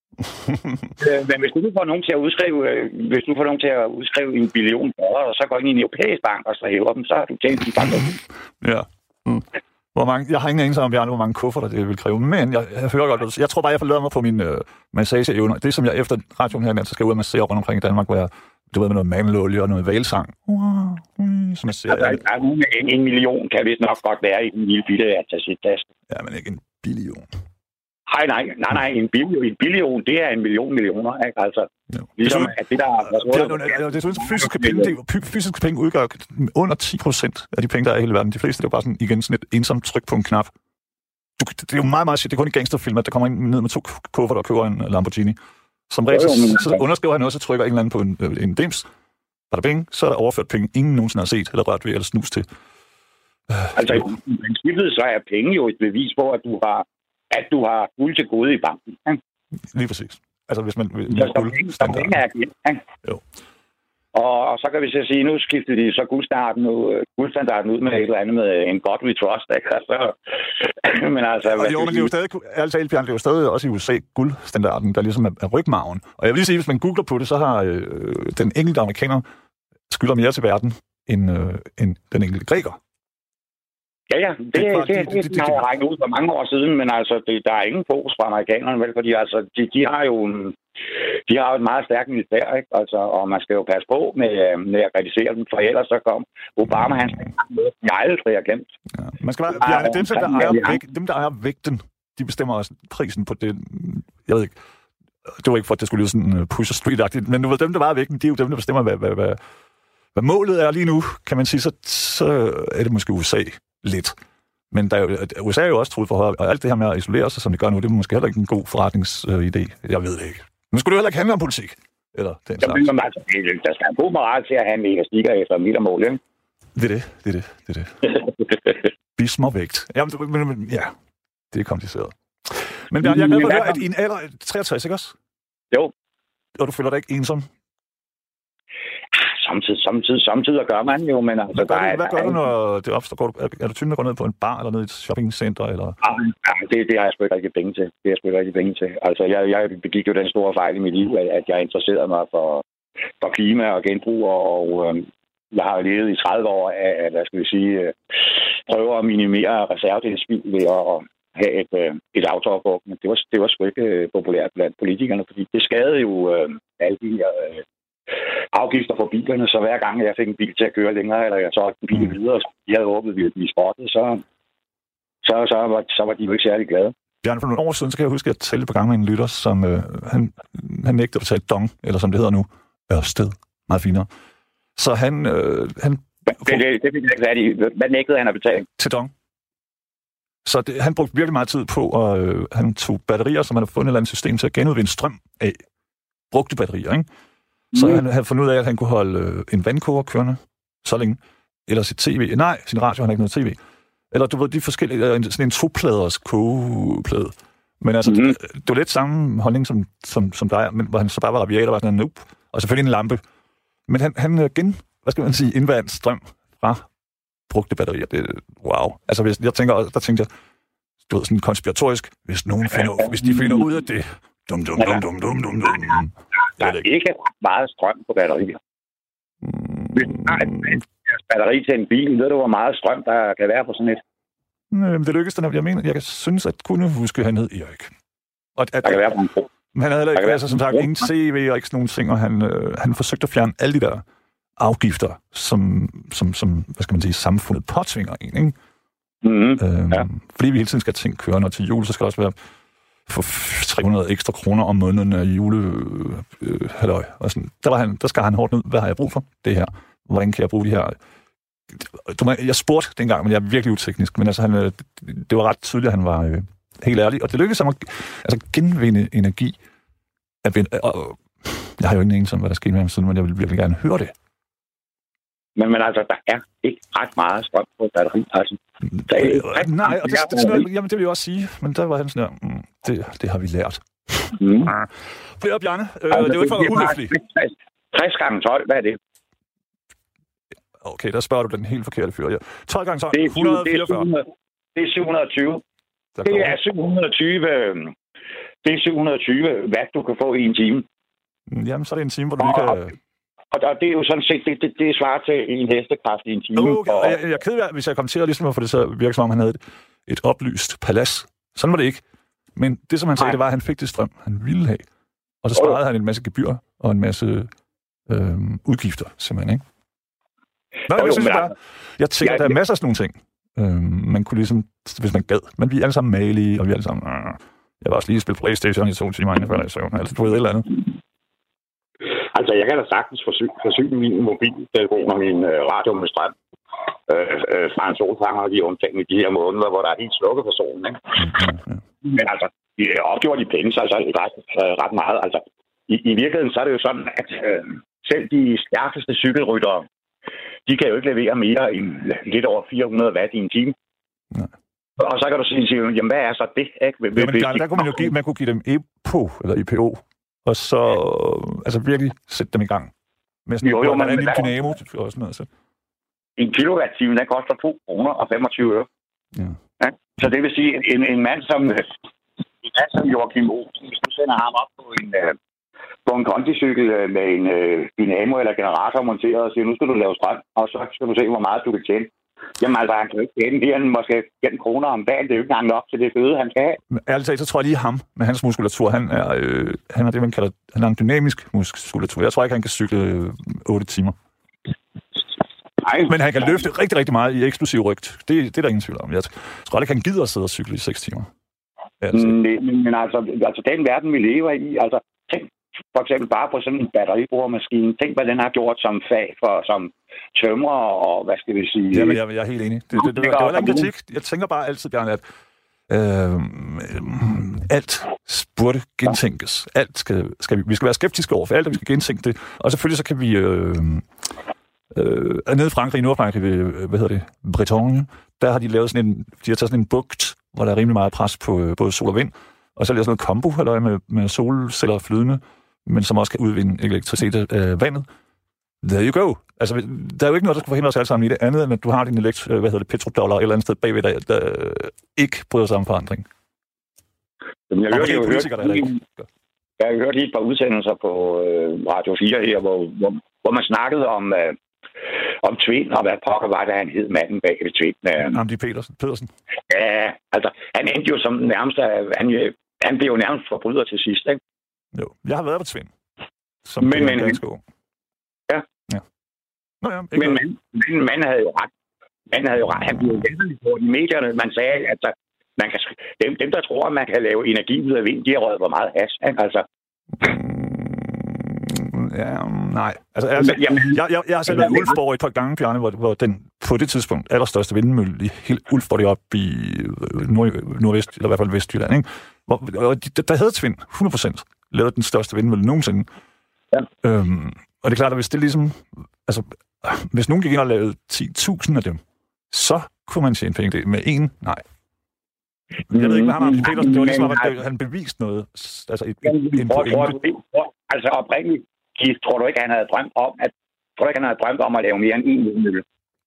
Men hvis du får nogen til at udskrive, hvis du får nogen til at udskrive en billion dollar, og så går ind i en europæisk bank og så hæver dem, så har du tjent de banker. Ja. Mm. Hvor mange, jeg har ingen anelse om, Bjarne, hvor mange kufferter det vil kræve, men jeg, jeg hører godt, jeg tror bare, jeg forlader mig på min øh, massageevner. Det, som jeg efter radioen her, så skal jeg ud og massere rundt omkring i Danmark, hvor jeg, du ved, med noget mandelolie og noget valsang. Wow. Mm, som jeg ser, altså, jeg, en, en million kan vist nok godt være i en lille bitte af tasset. Ja, men ikke en billion. Nej, nej, nej, nej, en billion, en billion, det er en million millioner, ikke? Altså, jo. Ligesom, det, at det der... Det er sådan, fysiske penge, det, fysiske penge udgør under ti procent af de penge, der er i hele verden. De fleste, det er jo bare sådan, igen, sådan et ensomt tryk på en knap. Du, det er jo meget, meget shit. Det er kun i gangsterfilm, at der kommer en ned med to kuffer, der køber en Lamborghini. Som regel, så, så underskriver han også og trykker en eller anden på en, en dims. Der er penge, så er der overført penge, ingen nogensinde har set, eller rørt ved, eller snus til. Altså, i princippet, så er penge jo et bevis på, at du har at du har guld til gode i banken. Ja? Lige præcis. Altså, hvis man... Så penge, penge er guld, ja? Jo. Og, og så kan vi så sige, nu skifter de så guldstandarden ud, guldstandarden ud med et eller andet med en God we trust, ikke? Altså, men altså... Og jo, men det er jo stadig, ærligt talt, Bjarne, det er jo stadig også i U S A guldstandarden, der ligesom er, er rygmarven. Og jeg vil lige sige, hvis man googler på det, så har øh, den enkelte amerikaner skylder mere til verden end, øh, end den enkelte græker. Ja, ja, det, det, det, det, det, det, det har jeg regnet ud for mange år siden, men altså, det, der er ingen fokus fra amerikanerne, vel, fordi altså, de, de har jo de har jo et meget stærkt militær, ikke? Altså, og man skal jo passe på med, med at kritisere dem, for ellers så kom Obama, han skal jeg aldrig har glemt. Ja, man skal bare, ja, dem, der ejer væk, dem, der ejer vægten, de bestemmer også prisen på det, jeg ved ikke, det var ikke for, at det skulle lyde sådan Pusher Street-agtigt, men du ved, dem, der ejer vægten, de er jo dem, der bestemmer, hvad, hvad, hvad, hvad målet er lige nu, kan man sige, så, så er det måske U S A. Lidt. Men der er jo, U S A er jo også truet for højre, og alt det her med at isolere sig, som det gør nu, det er måske heller ikke en god forretningsidé. Øh, jeg ved det ikke. Men skulle det heller ikke handle om politik? Eller den slags? Jamen, altså, der skal en god moral til at have en elastikker efter midtermål, ikke? Det er det, det er det, det er det. Bismarvægt. Jamen, men, men, ja, det er kompliceret. Men jeg er glad for at høre, at i en alder treogtres, ikke også? Jo. Og du føler dig ikke ensom? Samtidig, samtidig, samtidig gør man jo, men altså... Hvad gør, der du, hvad gør du, når det opstår? Går du, er, er du typen, der går ned på en bar eller ned i et shoppingcenter? Eller? Ja, det, det har jeg sgu ikke rigtig penge til. Det har jeg sgu ikke rigtig penge til. Altså, jeg, jeg begik jo den store fejl i mit liv, at jeg interesserede mig for, for klima og genbrug, og øh, jeg har levet i tredive år af, at hvad skal vi sige, øh, prøve at minimere reservedelsspild ved at have et, øh, et autoopbrug. Men det var, det var sgu ikke øh, populært blandt politikerne, fordi det skadede jo øh, alle de her... Øh, afgifter for bilerne, så hver gang jeg fik en bil til at køre længere, eller jeg solgte en bil videre, og de havde håbet, at vi ville blive spottet, så, så, så, var, så var de jo ikke særlig glade. Bjarne, for nogle år siden, så kan jeg huske, at jeg talte på gang med en lytter, som øh, han, han nægtede at betale dong, eller som det hedder nu, Ørsted. Meget finere. Så han... Øh, han det, det, det fik jeg ikke færdigt. Hvad nægtede han at betale? Til dong. Så det, han brugte virkelig meget tid på, og øh, han tog batterier, som han havde fundet et eller andet system til at genudvinde strøm af. Brugte batterier, ikke? Så mm. han havde fundet ud af, at han kunne holde øh, en vandkoger kørende så længe. Eller sit tv. Nej, sin radio, han har ikke noget tv. Eller du ved, de forskellige, sådan en topladers kogeplade. Men altså, mm. det, det var lidt samme holdning som, som, som dig, men hvor han så bare var rabiat og var sådan en nope. Og selvfølgelig en lampe. Men han, han gen, hvad skal man sige, indvandt strøm fra brugte batterier. Det, wow. Altså, hvis, jeg tænker, der tænkte jeg, du ved, sådan konspiratorisk, hvis nogen finder, hvis de finder ud af det, dum, dum, dum, dum, dum, dum, dum. Der er ikke meget strøm på batterier. Hvis du har et batteri til en bil, ved du, hvor meget strøm, der kan være på sådan et? Mm, det lykkedes, jeg mener, jeg synes, at kunne huske, at han hed Erik. Og at, der kan være på en bro. Men han havde heller ikke, altså, som sagt, ingen C V og ikke sådan nogle ting, og han, øh, han forsøgte at fjerne alle de der afgifter, som, som, som hvad skal man sige, samfundet påtvinger en, ikke? Mm-hmm. Øhm, ja. Fordi vi hele tiden skal tænke kørende, og til jul, så skal der også være for tre hundrede ekstra kroner om måneden af jule øh, halløj. Og sådan, der, var han, der skal han hårdt ned. Hvad har jeg brug for? Det her. Hvordan kan jeg bruge de her? Du må, jeg spurgte dengang, men jeg er virkelig uteknisk, men altså, han, det var ret tydeligt, at han var øh, helt ærlig. Og det lykkedes ham at altså, genvinde energi. At vinde, og, jeg har jo ikke en som, hvad der skete med ham siden, men jeg vil virkelig gerne høre det. Men, men altså, der er ikke ret meget strøm på batteri. Altså, der er ikke ret Nej, og det, det, det, jamen, det vil jeg også sige. Men der var han sådan der, mm, det, det har vi lært. Mm. Flere Bjarne, øh, altså, det er jo ikke for at være uhøflig. tres gange tolv, hvad er det? Okay, der spørger du den helt forkerte fyr. Ja. tolv gange tolv, det er et hundrede og fireogfyrre. Det er syv hundrede og tyve. Det er syv hundrede og tyve, det er syv hundrede og tyve watt, du kan få i en time. Jamen, så er det en time, hvor du lige kan... Og, og det er jo sådan set, det, det, det svarer til en hestekraft i en time. Okay, og jeg, jeg er ked af, hvis jeg kom til at ligesom at få det så virke som om, han havde et, et oplyst palads. Sådan var det ikke. Men det, som han sagde, det var, at han fik det strøm, han ville have. Og så sparede han en masse gebyr og en masse øh, udgifter, simpelthen, ikke? Nå, jeg, synes, bare, jeg tænker, der er masser af sådan nogle ting. Øh, man kunne ligesom, hvis man gad. Men vi er alle sammen malige, og vi er alle sammen... Øh, jeg var også lige spillet PlayStation i to timer, inden før jeg i søvn. Altså, du ved et eller andet. Altså, jeg kan da sagtens forsyne, forsyne min mobiltelefon og min øh, radio med strøm øh, øh, fra en solfanger og de undtagende i de her måneder, hvor der er helt slukket for solen, ikke? Mm-hmm. Men altså, de opgjort de penge, så altså ret, øh, ret meget. Altså, i, i virkeligheden, så er det jo sådan, at øh, selv de stærkeste cykelryttere, de kan jo ikke levere mere end lidt over fire hundrede watt i en time. Nej. Og så kan du sige, jamen hvad er så det? Ikke? Hvis, ja, men der, der kunne man jo give, man kunne give dem E P O, eller I P O, og så altså virkelig sætte dem i gang. Med sådan jo, jo, en lille dynamo og sådan noget. Så. En kilowatt-time, den koster to kroner og femogtyve øre. Ja. Ja? Så det vil sige, en, en mand som en mand som Joachim Olsen, hvis du sender ham op på en, på en kondicykel med en uh, dynamo eller generator monteret og siger, nu skal du lave strøm, og så skal du se, hvor meget du kan tjene. Jamen altså, han kan jo ikke tjene mere end måske fem kroner om dagen. Det er jo ikke engang nok til det føde, han skal have. Men ærligt talt, så tror jeg lige ham med hans muskulatur. Han er, øh, han er det, man kalder han er en dynamisk muskulatur. Jeg tror ikke, han kan cykle øh, otte timer. Nej. Men han kan løfte rigtig, rigtig meget i eksplosiv rygt. Det, det er der ingen tvivl om. Jeg tror ikke, han gider at sidde og cykle i seks timer. Men, men altså, altså, den verden, vi lever i, altså, tænk for eksempel bare på sådan en batteriboremaskine. Tænk, hvad den har gjort som fag, for, som tømrer og hvad skal vi sige... Jamen, jeg, jeg er helt enig. Det, det, det, det, det var ikke kritik. Jeg tænker bare altid, Bjarne, at øh, alt burde gentænkes. Alt skal, skal vi, vi skal være skeptiske over for alt, og vi skal gentænke det. Og selvfølgelig så kan vi... Øh, øh, nede i Frankrig, i Nordfrankrig, ved, hvad hedder det, Bretagne, der har de lavet sådan en... De har taget sådan en bugt, hvor der er rimelig meget pres på øh, både sol og vind. Og så er der sådan noget kombo halløj, med, med solceller flydende, men som også kan udvinde elektricitet af øh, vandet. There you go. Altså, der er jo ikke noget, der skal forhindre os alle sammen i det andet, end at du har din elekt- hvad hedder det, petrodollar et eller andet sted bagved dig, der øh, ikke bryder sig om forandring. Jamen, jeg, hørte, jeg, politikere, der ikke. jeg har hørt et par udsendelser på øh, Radio fire her, hvor, hvor, hvor man snakkede om, øh, om Tvind, og hvad pokker var det, han hed manden bag ved Tvind. Øh. Amdi Petersen. Pedersen. Ja, altså, han endte jo som nærmest, han, han blev jo nærmest forbryder til sidst, ikke? Jo, jeg har været på Tvind. Som men, men, ganske ung. Ja. Ja. Nå ja, men man, man, man havde jo ret. Man havde jo ret. Han blev jo på i medierne. Man sagde, at der, man kan, dem, dem, der tror, at man kan lave energi ud af vind, de har røget hvor meget has. Ikke? Altså. Ja, nej. Altså, altså, Jamen, jeg, jeg, jeg har selv været i Ulfborg et par gange, Bjarne, hvor, hvor den på det tidspunkt allerstørste vindmølle i hele Ulf, hvor det er oppe i nord, nordvest, eller i hvert fald Vestjylland, ikke? Hvor, og de, der havde Tvind hundrede procent lavet den største vindmølle nogensinde. Ja. Øhm, og det er klart, at hvis det ligesom... Altså, hvis nogen gik ind og lavede ti tusind af dem, så kunne man tjene penge det. Med en, nej. Jeg ved ikke, hvad han har Petersen. Det var ligesom, at han bevist noget. Altså et, et, en pointe. Altså oprindeligt, tror du ikke, han havde drømt om, at tror du ikke, han havde drømt om at lave mere end en vindmølle?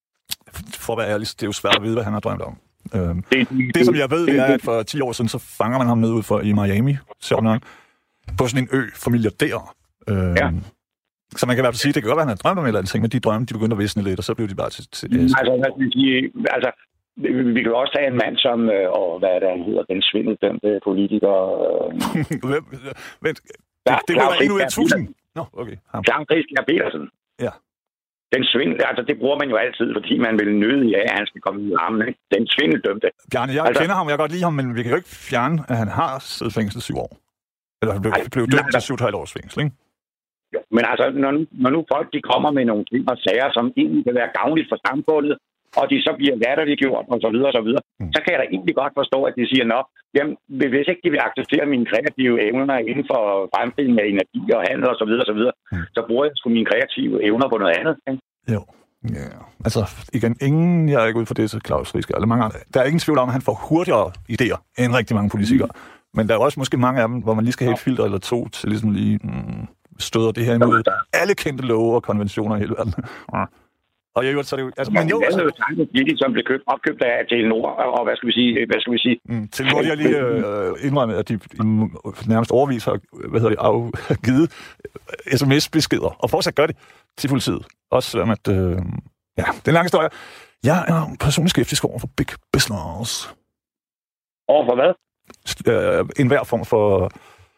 For at være ærlig, det er jo svært at vide, hvad han har drømt om. Øhm, det, det, det, som jeg ved, det er, at for ti år siden, så fanger man ham ned ud for i Miami, sjovt nok, på sådan en ø, familier der. Øhm, ja. Så man kan i hvert fald sige, at det kan godt være, at han har drømt om et eller andet ting, men de drømme, de begyndte at visne lidt, og så blev de bare til... til altså, hvad skal vi sige, altså, vi kan jo også tage en mand som, og hvad er det, han hedder, den svindeldømte politiker... Hvem? Vent, det, det var en ud af tusind. Nå, okay. Claus Christian Petersen. Ja. Den svindel, altså det bruger man jo altid, fordi man vil nøde i, at han skal komme ud af armen, ikke? Den svindeldømte. Bjarne, jeg altså, kender ham, jeg kan godt lide ham, men vi kan jo ikke fjerne, at han har siddet fængsel syv år. Eller han blev, ej, blev dømt til syv og et halvt års fængsel, ikke? Jo, men altså, når nu, når nu folk de kommer med nogle ting og sager, som egentlig kan være gavnligt for samfundet, og de så bliver latterliggjort og så videre og så videre, mm. så kan jeg da egentlig godt forstå, at de siger, nå, jamen, hvis ikke de vil acceptere mine kreative evner inden for fremstilling af energi og handel og så videre og så videre, mm. så bruger jeg sgu mine kreative evner på noget andet, ikke? Jo. Ja, altså igen, ingen, jeg er ikke ud for det, så Claus Riske, eller mange andre. Der er ingen tvivl om, at han får hurtigere idéer end rigtig mange politikere. Mm. Men der er også måske mange af dem, hvor man lige skal have et filter eller to til ligesom lige mm, støder det her imod alle kendte love og konventioner i hele verden. Ja. Og jeg jo, så er det jo... Altså, men jo, altså, det som blev købt, opkøbt af Telenor, og hvad skal vi sige? Hvad skal vi sige? Mm, Telenor, de har lige øh, indrømmet, at de nærmest overvis har, hvad hedder det, afgivet sms-beskeder, og fortsat gør det til politiet. Også selvom at... Øh, ja, det er en lang historie. Jeg er personligt skeptisk over for big business. Over for hvad? Øh, en hver form for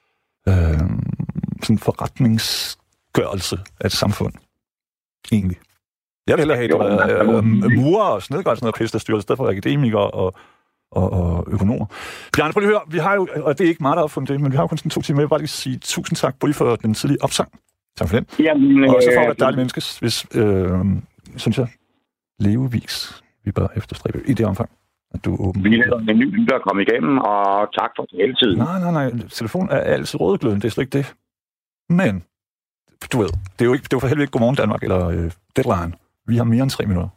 øh, sådan forretningsgørelse af et samfund. Egentlig. Jeg vil hellere have, at der er øh, murer og snedgræd og sådan noget pisse, der styrer, i stedet for akademikere og, og, og økonomer. Bjarne, prøv lige at høre, vi har jo, og det er ikke meget, der har fundet det, men vi har jo kun sådan to timer. Jeg vil bare lige sige tusind tak, både for den tidlige opsang. Tak for den. Jamen, og så får du et dejligt menneske, hvis, øh, synes jeg, levevis, vi bør efterstræbe i det omfang, at du er åben. Vi er en ny lytter at komme igennem, og tak for det hele tiden. Nej, nej, nej. Telefonen er altid rødgløden, det er slet ikke det. Men, du ved, det er jo, ikke, det er jo for helvede ikke Godmorgen Danmark eller øh, Deadline. Vi har mere end tre minutter.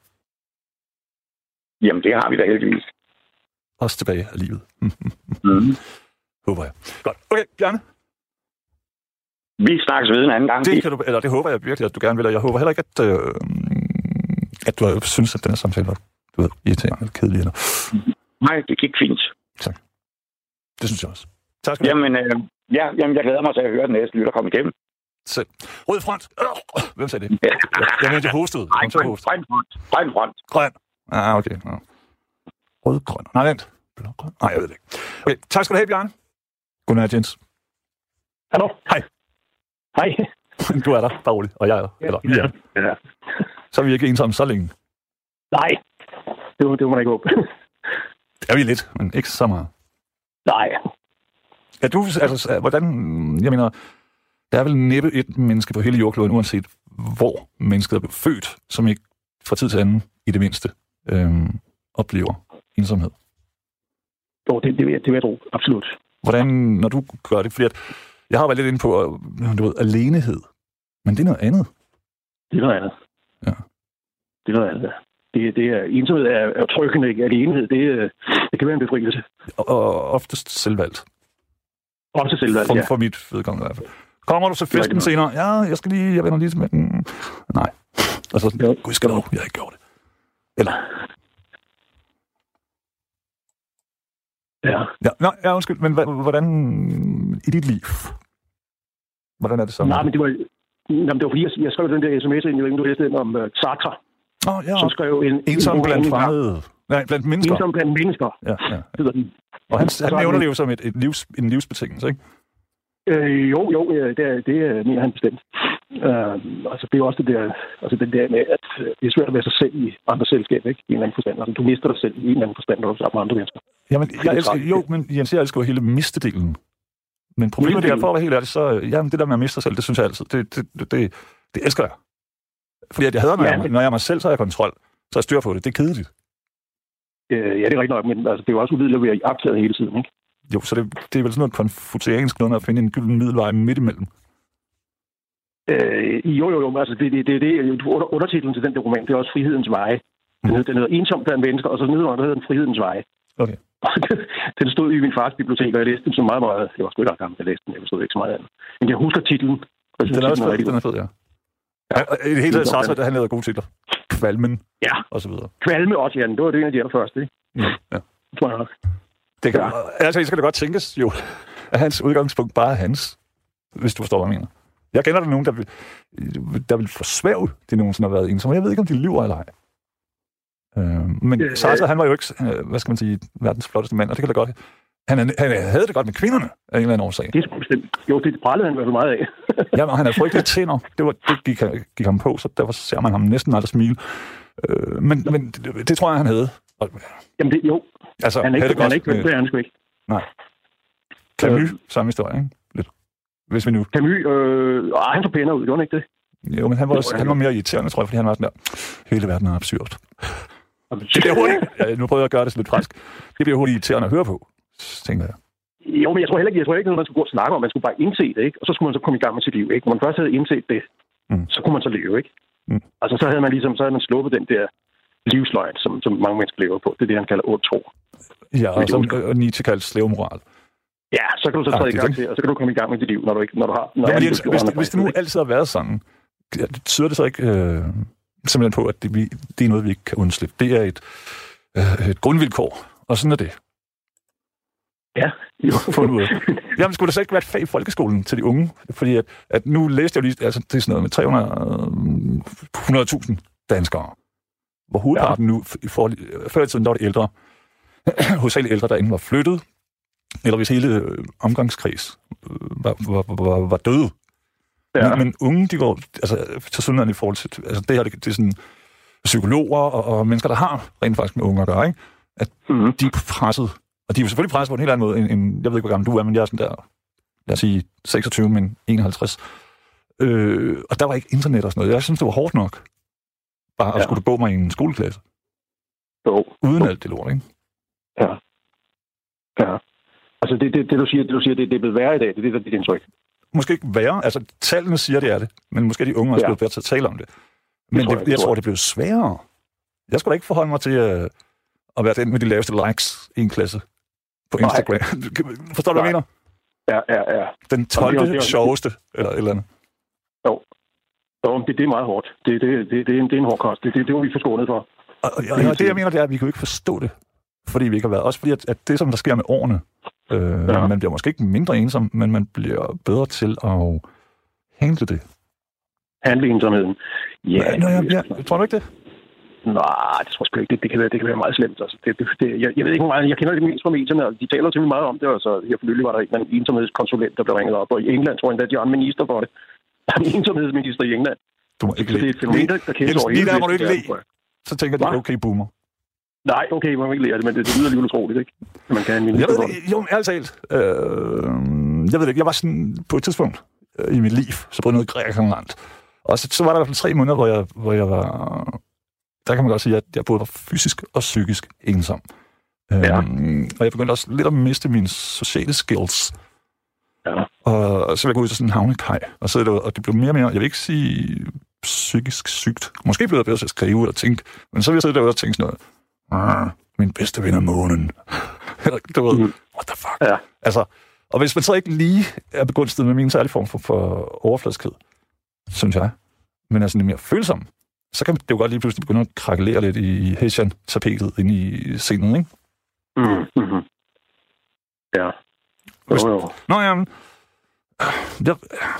Jamen, det har vi da heldigvis. Også tilbage af livet. Mm-hmm. Håber jeg. Godt. Okay, Bjarne. Vi snakkes ved en anden gang. Det, kan du, eller det håber jeg virkelig, at du gerne vil. Og jeg håber heller ikke, at, øh, at du har synes, at den her samtale var du ved, irriterende eller kedelig. Eller... Nej, det gik fint. Tak. Det synes jeg også. Tak skal du jamen, øh, ja, jamen, jeg glæder mig til at høre den næste lytter komme igennem. Selv. Rød front. Øh, hvem sagde det? Ja. Jeg mente, jeg hostede. Nej, grøn front. Grøn front. Grøn. Ah, okay. Ja. Rød, grøn. Nej, vent. Grøn. Nej, jeg ved det ikke. Okay, tak skal du have, Bjarne. Godnat, Jens. Hallo. Hej. Hej. Du er der, bare rolig. Og jeg er der. Ja. Eller, ja. Ja. Så er vi ikke ensomme så længe. Nej. Det, det må man ikke håbe. Det er vi lidt, men ikke så meget. Nej. Ja, du, altså, hvordan, jeg mener, der er vel næppe et menneske på hele jordkloden, uanset hvor mennesket er blevet født, som ikke fra tid til anden, i det mindste, øhm, oplever ensomhed. Jo, det, det, vil jeg, det vil jeg tro. Absolut. Hvordan, når du gør det, fordi at, jeg har været lidt inde på, du ved, alenehed, men det er noget andet. Det er noget andet. Ja. Det er noget andet, ja. Det, det er, ensomhed er, er tryggende, ikke? Alenehed, det, det kan være en befrielse. Og, og oftest selvvalgt. Ofte selvvalgt, for, ja. For mit vedkommende i hvert fald. Kommer du til festen senere? Ja, jeg skal lige, jeg vender lige med den. Nej. Altså, ja. Gud skal lov, jeg har ikke gjort det. Eller? Ja. Ja, nej, ja, undskyld, men hvordan i dit liv? Hvordan er det så? Nej, men det var, jamen, det var fordi, jeg, jeg skrev den der sms ind, jeg ved ikke, du læste den om uh, Sartre. Åh, oh, ja. Som skrev en... Ensom en, blandt fremmede. Nej, blandt mennesker. Ensom blandt mennesker. Ja, ja. Og han, han nævner det jo som et, et livs, en livsbetingelse, ikke? Øh, jo, jo, det, det mener han bestemt. Uh, altså, det er jo også det der, altså den der med, at det er svært at være sig selv i andre selskaber, ikke? I en eller anden forstand. Altså, du mister dig selv i en eller anden forstand, når du er sammen med andre mennesker. Jamen, jeg elsker, jo, men Jens, jeg elsker jo hele mistedelen. Men problemet er, for at være helt ærlig, så jamen, det der med at miste sig selv, det synes jeg altid, det, det, det, det, det elsker jeg. Fordi at jeg hader, når, ja, jeg, når jeg er mig selv, så har jeg kontrol. Så er styr på det. Det er kedeligt. Øh, ja, det er rigtig nok, men altså, det er jo også uvideligt at være optaget hele tiden, ikke? Jo, så det, det er vel sådan noget konfuciansk noget at finde en gylden middelvej midt imellem. Øh, jo, jo, jo. Altså, det, det, det, det, under, undertitlen til den dokument, det er også Frihedens Veje. Den hedder, den hedder Ensomt blandt mennesker, og så nedenunder, der hedder den Frihedens Veje. Okay. Den stod i min fars bibliotek, og jeg læste den så meget, meget. Jeg var sgu ikke gammel, jeg læste den. Jeg forstod ikke så meget andet. Men jeg husker titlen. Den er også fed, den er fed, ja. Ja, i det hele taget, Sartre, han lavede gode titler. Kvalmen, ja. Og så videre. Kvalme også, ja. Det var det en af de allerførste, ikke? Ja. Ja. Det tror jeg nok. Det kan, ja. Altså, det skal da godt tænkes, jo, at hans udgangspunkt bare er hans, hvis du forstår, hvad jeg mener. Jeg kender der nogen, der vil, der vil forsvæve, de nogensinde har været ensomme. Jeg ved ikke, om de lyver eller ej. Øh, men øh, Sartre, han var jo ikke, hvad skal man sige, verdens flotteste mand, og det kan da godt... Han, han havde det godt med kvinderne af en eller anden årsag. Det er bestemt. Jo, det prallede han vel meget af. Jamen, han havde frygtelige tænder. Det, var, det gik, gik ham på, så derfor ser man ham næsten aldrig smile. Øh, men men det, det tror jeg, han havde. Og, jamen, det, jo. Altså, han er ikke, han er ikke, det er han sgu ikke. Nej. Camus, øh, samme historie, ikke? Lidt. Hvis vi nu... Camus, øh, øh, han så pænere ud, gjorde han ikke det? Jo, men han var, også, han var mere irriterende, tror jeg, fordi han var sådan der, hele verden er absurd. Det bliver hurtigt. Ja, nu prøver jeg at gøre det lidt frisk. Det bliver hurtigt irriterende at høre på, tænker jeg. Jo, men jeg tror heller ikke, jeg tror ikke, at man skulle gå og snakke om. Man skulle bare indse det, ikke? Og så skulle man så komme i gang med sit liv, ikke? Når man først havde indset det, mm. så kunne man så leve, ikke? Mm. Altså, så havde man ligesom, så havde man sluppet den der livsløgn, som, som mange mennesker lever på. Det er det, han kalder otte tro. Ja, og som øh, Nietzsche kalder slavemoral. Ja, så kan du så træde i gang til, og så kan du komme i gang med dit liv, når du ikke, når du har... Når ja, men Jens, hvis, det, hvis det nu altid har været sådan, tyder det så ikke øh, simpelthen på, at det, vi, det er noget, vi ikke kan undslippe. Det er et, øh, et grundvilkår, og sådan er det. Ja, jo. Jamen, skulle der så ikke være et fag i folkeskolen til de unge? Fordi at, at nu læste jeg jo lige, altså det er sådan noget med tre hundrede tusind danskere. Hvor hovedparten ja. nu, i for, før i tiden, der var det ældre, hovedsageligt ældre, der enten var flyttet, eller hvis hele omgangskreds var, var, var, var døde. Ja. Men, men unge, de går, altså til sådan i forhold til, altså det her, det, det er sådan psykologer og, og mennesker, der har rent faktisk med unge at gøre, ikke? At mm-hmm. de er presset. Og de er jo selvfølgelig presset på en helt anden måde, end, end jeg ved ikke, hvor gammel du er, men jeg er sådan der, lad os sige, seksogtyve, men enoghalvtreds. Øh, og der var ikke internet og sådan noget. Jeg synes, det var hårdt nok, bare at ja. skulle gå mig i en skoleklasse. Jo. Uden alt det lort, ikke? Ja. Ja. Altså, det, det, det du siger, det, du siger det, det er blevet værre i dag, det er det, der er dit indtryk. Måske ikke værre. Altså, tallene siger, det er det. Men måske de unge er også ja. blevet bedre til at tale om det. Men det tror jeg, det, jeg, jeg tror, det blev sværere. Jeg skulle da ikke forholde mig til uh, at være den med de laveste likes i en klasse på Instagram. Nej. Forstår du, hvad jeg mener? Ja, ja, ja. Den tolvte sjoveste, eller et eller andet. Jo. Jo, det, det er meget hårdt. Det, det, det, det, er, en, det er en hård kost. Det, det, det var vi forskånet for. Og, og, og det, jeg mener, det er, at vi kan jo ikke forstå det. Fordi vi ikke har været. Også fordi, at, at det, som der sker med årene, øh, ja. man bliver måske ikke mindre ensom, men man bliver bedre til at handle det. Handle ensomheden? Ja. Nå, ja, ja. Tror du ikke det? Nej, det tror jeg ikke. Det, det, kan, være, det kan være meget slemt. Altså, det, det, det, jeg, jeg ved ikke, hvor meget. Jeg kender det mest fra medierne, og de taler til mig meget om det. Og så her for nylig var der en ensomhedskonsulent, der blev ringet op. Og i England tror jeg endda, at de har en minister for det. Der er en ensomhedsminister i England. Du må ikke så det er et fænomen, der, der kendes over hele. Lige der må du ikke le. Så tænker de, okay, boomer. Nej, okay, man må ikke lære det, men det, det lyder alligevel utroligt, ikke? Man kan en jeg ved det, jo, ærligt talt. Øh, jeg ved det ikke, jeg var sådan på et tidspunkt øh, i mit liv, så boede jeg noget i Grækenland. Og så, så var der i hvert fald tre måneder, hvor jeg, hvor jeg var... Der kan man godt sige, at jeg både var fysisk og psykisk ensom. Ja. Øhm, og jeg begyndte også lidt at miste mine sociale skills. Ja. Og så ville jeg gå ud til sådan en havnekaj, og så det, og det blev mere og mere, jeg vil ikke sige psykisk sygt. Måske blev jeg bedre til at skrive eller tænke, men så ville jeg sidde derude og tænke sådan noget. Ah, min bedste ven er månen. Du ved, mm. what the fuck? Ja. Altså, og hvis man så ikke lige er begunstiget med min særlige form for, for overfladskhed, synes jeg, men er sådan lidt mere følsom, så kan det jo godt lige pludselig begynde at krakelere lidt i Hessian-tapetet inde i scenen, ikke? Mm, mm-hmm. Ja. Hvis, jo, jo. Nå, jamen... Jeg,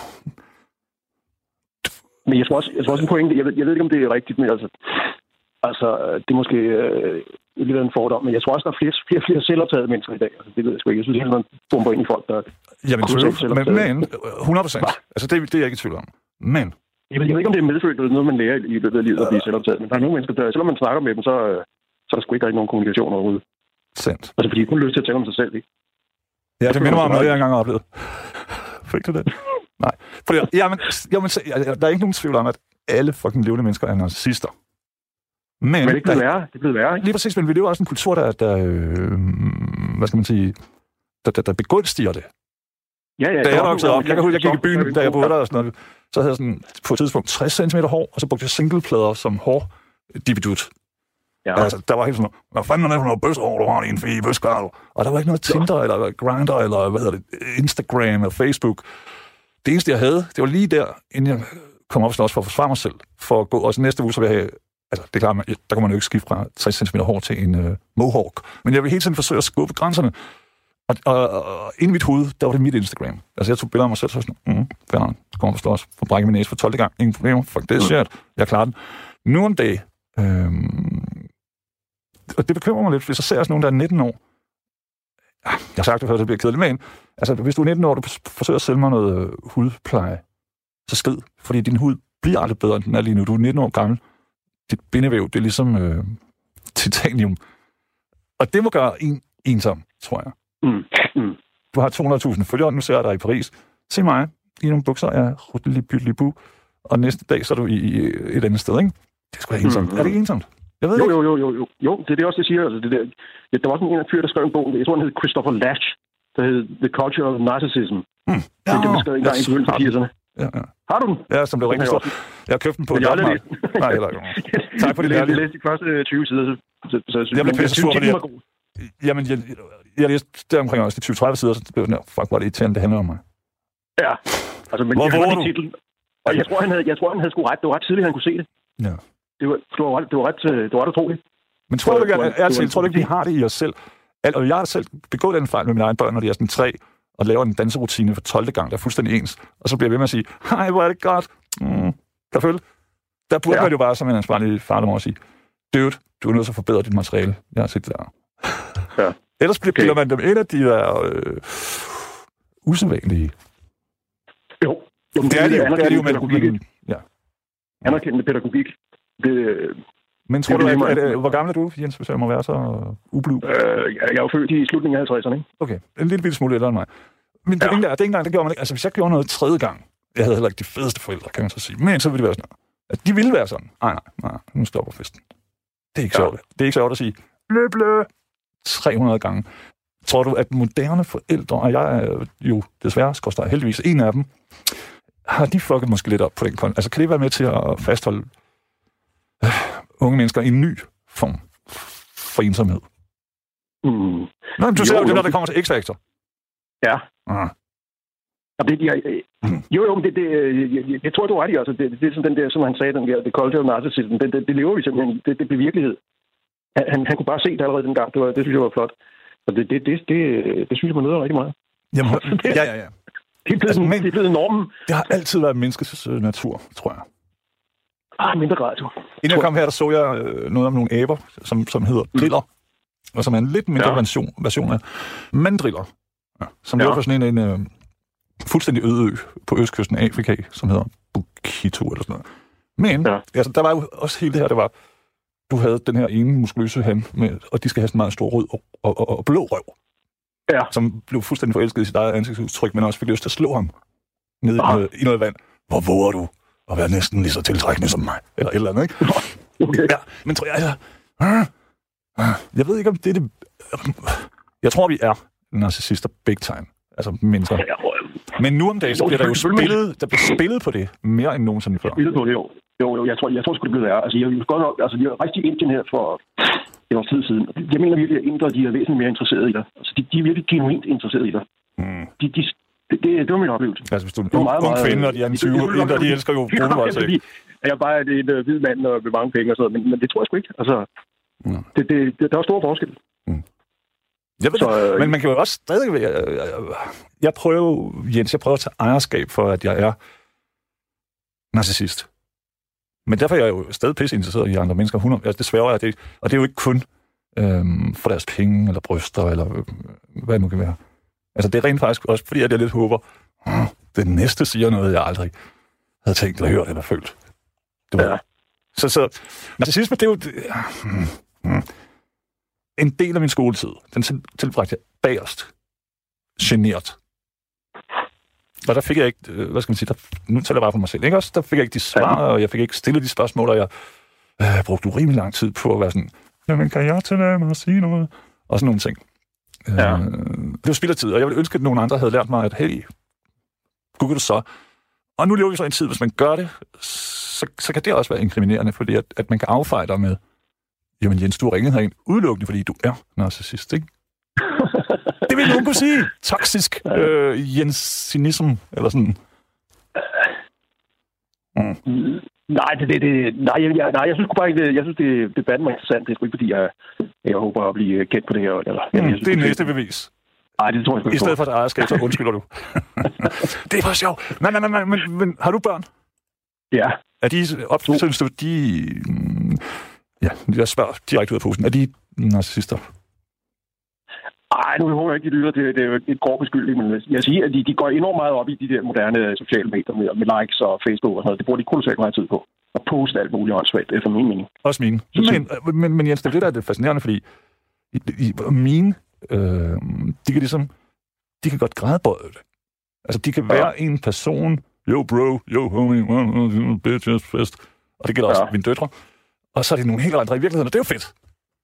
men jeg tror også, jeg tror også en pointe, jeg ved, jeg ved ikke, om det er rigtigt, men altså... Altså, det er måske øh, lidt en fordom, men jeg tror også, der er flere, flere, flere selvoptagede mennesker i dag. Altså, det ved jeg sgu ikke. Jeg synes, at man bomber ind i folk, der jamen, men, men hundrede procent. Altså, det, det er jeg ikke i tvivl om. Men... Jeg ved, jeg ved ikke, om det er medfødt eller noget, man lærer i løbet af livet at blive selvoptaget. Men der er nogle mennesker, der, selvom man snakker med dem, så, så er der sgu ikke rigtig nogen kommunikation overhovedet. Sandt. Altså, fordi de kun har lyst til at tale om sig selv, ikke? Ja, det minder mig om noget, jeg engang har oplevet. Fik du det? Nej. Fordi, jamen, jamen, der er ikke nogen tvivl om, at alle fucking levende mennesker er narcissister. Men, men det er blevet værre. Det er blevet værre, ikke? Lige præcis, men vi lever også en kultur, der, der øh, hvad skal man sige, der, der, der begunstiger det. Ja, ja. Da jeg voksede op, jeg kan huske, jeg gik i byen, da jeg boede der og sådan noget, så havde jeg sådan på et tidspunkt tres centimeter hår, og så brugte jeg singleplader som hår dibidut. Ja. Altså, der var helt sådan, hvad fanden er det for noget bøssehår, du har i en fie bøskarl? Og der var ikke noget Tinder, ja. eller Grindr, eller hvad hedder det, Instagram eller Facebook. Det eneste, jeg havde, det var lige der, inden jeg kom op også for at forsvare mig selv, for at gå, og så næste uge, så vil jeg have, altså, det er klart, der kan man jo ikke skifte fra tres centimeter hår til en uh, mohawk. Men jeg vil hele tiden forsøge at skubbe grænserne. Og, og, og inde i mit hoved, der var det mit Instagram. Altså, jeg tog billeder af mig selv, så var sådan, mm, færderen, så kommer jeg forstå os, for brække min næse for tolvte gang, ingen problemer, fuck det er shit, jeg klarer den. Nu om dag, øhm, og det bekymrer mig lidt, fordi så ser jeg sådan nogen, der er nitten år. Jeg har sagt det før, det bliver kedeligt, men altså, hvis du er nitten år, du forsøger at sælge mig noget øh, hudpleje, så skrid, fordi din hud bliver aldrig bedre, end den er lige nu. Du er nitten år gammel. Dit bindevæv, det er ligesom øh, titanium. Og det må gøre en ensom, tror jeg. Mm. Mm. Du har to hundrede tusind følgere, nu ser jeg dig i Paris. Se mig, i nogle bukser af ruttelibydlibu, og næste dag så er du i, i et andet sted, ikke? Det er sgu da ensomt. Mm. Er det ensomt? Jeg ved jo, ikke. Jo, jo, jo, jo. Jo, det er det også, jeg siger. Altså, det der. Ja, der var sådan en af fyr, der skrev en bog, jeg tror, den hed Christopher Lasch, der hed The Culture of Narcissism. Mm. Ja, det blev skrevet en gang i begyndelsen af firserne. Ja, ja. Har du den? Ja, som blev rigtig stor. Jeg har købt den på et lopmarked. Nej, heller ikke. Tak for det der. Jeg læste de første tyve sider, så, så, så jeg synes, jeg blev pisse sur, fordi jeg... Jamen, jeg, jeg læste deromkring også de tyve til tredive sider, så det blev sådan, fuck, hvor er det irriterende, det handler om mig. Ja, altså, men hvor jeg våger du? Titlen, og jeg tror, han havde, jeg tror, han havde sgu ret. Det var ret tidligt, han kunne se det. Ja. Det var, det var, ret, det var, ret, det var ret utroligt. Men tror du ikke, jeg, jeg, jeg, tror du ikke, vi har det i os selv? Og jeg har selv begået den fejl med mine egne børn, når de er sådan tre, og laver en danserutine for tolvte gang, der er fuldstændig ens. Og så bliver jeg ved med at sige, hej, hvor er det godt. Mm, kan følge? Der burde ja. man jo bare som en ansvarlig far, der må sige, dude, du er nødt til at forbedre dit materiale. Jeg har set det der. Ja. Ellers bliver okay. man dem ind af de der øh, usædvanlige. Jo. jo det er det jo, det er det jo med pædagogik. Ja. Anerkendende pædagogik. Det, Men tror det, du, at, at, hvor gammel er du, Jens, hvis jeg må være så ublu? Øh, jeg er jo født i slutningen af halvtredserne, ikke? Okay, en lille bitte smule ældre end mig. Men det, ja. det, det engang, det gjorde man ikke. Altså, hvis jeg gjorde noget tredje gang, jeg havde heller ikke de fedeste forældre, kan man så sige. Men så ville det være sådan noget. At de ville være sådan. Nej, nej, nej, nu stopper festen. Det er ikke ja. sjovt. Det er ikke sjovt at sige, blø, blø, tre hundrede gange. Tror du, at moderne forældre, og jeg er jo desværre, skorstræk heldigvis en af dem, har de fucket måske lidt op på den konto? Altså, kan det være med til at fastholde øh, unge mennesker i en ny form for ensomhed? Mm. Nå, men du jo, ser jo det, når det kommer til X-Factor. Ja. Ah. Det, jeg, mm. Jo, jo, men det, det, jeg, jeg tror, du er ret i. Altså, det, det er sådan den der, som han sagde, den der, det culture of narcissism, det, det, det lever vi simpelthen. Det, det blev virkelighed. Han, han kunne bare se det allerede dengang. Det, var, det synes jeg var flot. Og det, det, det, det, det synes jeg var noget rigtig meget. Jamen, ja, ja, ja. Det er blevet, altså, men, det er blevet normen. Det har altid været menneskets natur, tror jeg. Ah, mindre grad, du. Inden jeg kom her, der så jeg øh, noget om nogle aber, som, som hedder driller, mm. og som er en lidt mindre ja. version, version af mandriller, ja, som ja. lever for sådan en, en øh, fuldstændig øde ø på østkysten af Afrika, som hedder Bukito eller sådan noget. Men ja. altså, der var jo også hele det her, der var, du havde den her ene muskuløse han, med, og de skal have sådan en meget stor rød og, og, og, og blå røv. Ja. Som blev fuldstændig forelsket i sit eget ansigtsudtryk, men også fik lyst til at slå ham ned i noget, i noget vand. Hvor våger du at være næsten lige så tiltrækkende som mig? Eller et eller andet, ikke? Okay. Ja, men tror jeg, altså... Jeg ved ikke, om det er det... Jeg tror, vi er narcissister big time. Altså mennesker. Men nu om dagen, så bliver der jo spillet, der bliver spillet på det mere end nogensinde før. Spillet på det, jo. Jo, jo, jeg tror, jeg tror sgu, det bliver værre. Altså, jeg vil godt nok... Altså, vi har rejst i Indien her for... Det var tid siden. Jeg mener virkelig, at indre, de er væsentligt mere interesserede i dig. Altså, de, de er virkelig genuint interesserede i dig. Mm. De, de, det, det, det var min oplevelse. Altså, hvis du er en ung kvinde, og de er en tyve, indre, de elsker jo brugevoldtægt. Jeg er bare en uh, hvid mand og med mange penge og sådan noget, men, men det tror jeg sgu ikke. Altså, mm. det, det, det, der er stor forskel. Mm. Jeg ved så, det, men man kan jo også stadig... Jeg, jeg, jeg prøver, Jens, jeg prøver at tage ejerskab for, at jeg er narcissist. Men derfor er jeg jo stadig pisse interesseret i andre mennesker. hundrede Altså, det sværger jeg det. Og det er jo ikke kun øhm, for deres penge, eller bryster, eller øh, hvad det nu kan være. Altså, det er rent faktisk også, fordi jeg lidt håber, øh, det næste siger noget, jeg aldrig havde tænkt, eller hørt, eller følt. Det var. Ja. Så, så narcissisme, det er jo... Det, øh, øh, en del af min skoletid, den til, tilbragte jeg bagerst. Genert. Og der fik jeg ikke, hvad skal man sige, der, nu taler jeg bare for mig selv, ikke også? Der fik jeg ikke de svar, og jeg fik ikke stillet de spørgsmål, og jeg øh, brugte du rimelig lang tid på at være sådan, jamen, kan jeg tillade mig at sige noget? Og sådan nogle ting. Ja. Øh, det var spild af tid, og jeg ville ønske, at nogen andre havde lært mig, at hey, google det så. Og nu lever vi så i en tid, hvis man gør det, så, så kan det også være inkriminerende, fordi at, at man kan affeje dig med, jamen Jens, du har ringet herind udelukkende, fordi du er narcissist, ikke? Det vil nogen kunne sige. Toksisk øh, jensinism, eller sådan. Mm. Nej, det, det, det, nej, jeg, nej, jeg synes bare ikke, jeg synes, det debatten var interessant. Det er sgu ikke, fordi jeg, jeg håber at blive kendt på det her. Eller, mm, jeg synes, det er næste bevis. Nej, det tror jeg ikke. I stedet for et ejerskab, så undskylder du. Det er bare sjovt. Nej, nej, nej, men, men har du børn? Ja. Er de opsøgende, du, de... Ja, jeg spørger direkte ud af posen. Er de narcissister? Nej, nu håber jeg ikke, de lyder. Det, det er jo et grov beskyldning, men jeg siger, at de, de går enormt meget op i de der moderne sociale medier med, med likes og Facebook og sådan noget. Det bruger de kolossalt meget tid på. At poste alt muligt åndssvagt, efter min mening. Også mine. Men, men, men Jens, det er det, der er det fascinerende, fordi i, i, mine, øh, de kan ligesom, de kan godt grædebøje det. Altså, de kan være ja. en person, yo bro, yo homie, bitches, fest. Og det gælder ja. også mine døtre. Og så er det nogle helt andre i virkeligheden, og det er jo fedt.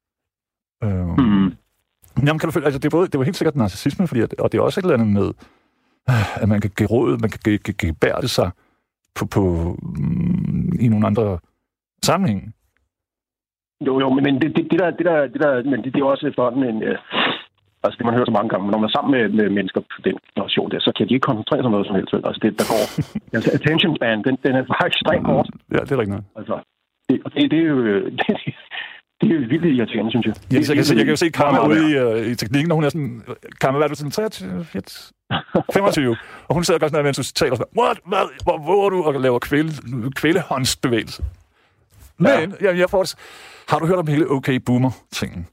Øh, mm. Jamen, kan du føle, altså, det er både, det var helt sikkert narcissisme, fordi, at, og det er også et eller andet med, at man kan give råd, man kan gebære det sig på, på mm, i nogle andre sammenhænge. Jo, jo, men det, det, det der, det der, det der, men det, det er også efterhånden en, øh, altså det man hører så mange gange, men når man er sammen med, med mennesker på den generation der, så kan de ikke koncentrere sig om noget som helst. Altså det, der går, altså attention span, den, den er bare ekstremt kort. Ja, det er rigtigt. Altså, det, og det, det er jo, det, det er jo vildt irriterende, synes jeg. Ja, jeg, kan se, jeg kan jo se Karma ude i, uh, i teknikken, og hun er sådan, Karma, hvad er du sådan, treogtyve, femogtyve, og hun sidder og gør sådan noget, mens du taler sådan, what, hvad, hvor, hvor er du, og laver kvæle, kvælehåndsbevægelse. Men, ja. jeg, jeg får det, har du hørt om hele OK Boomer-tingen?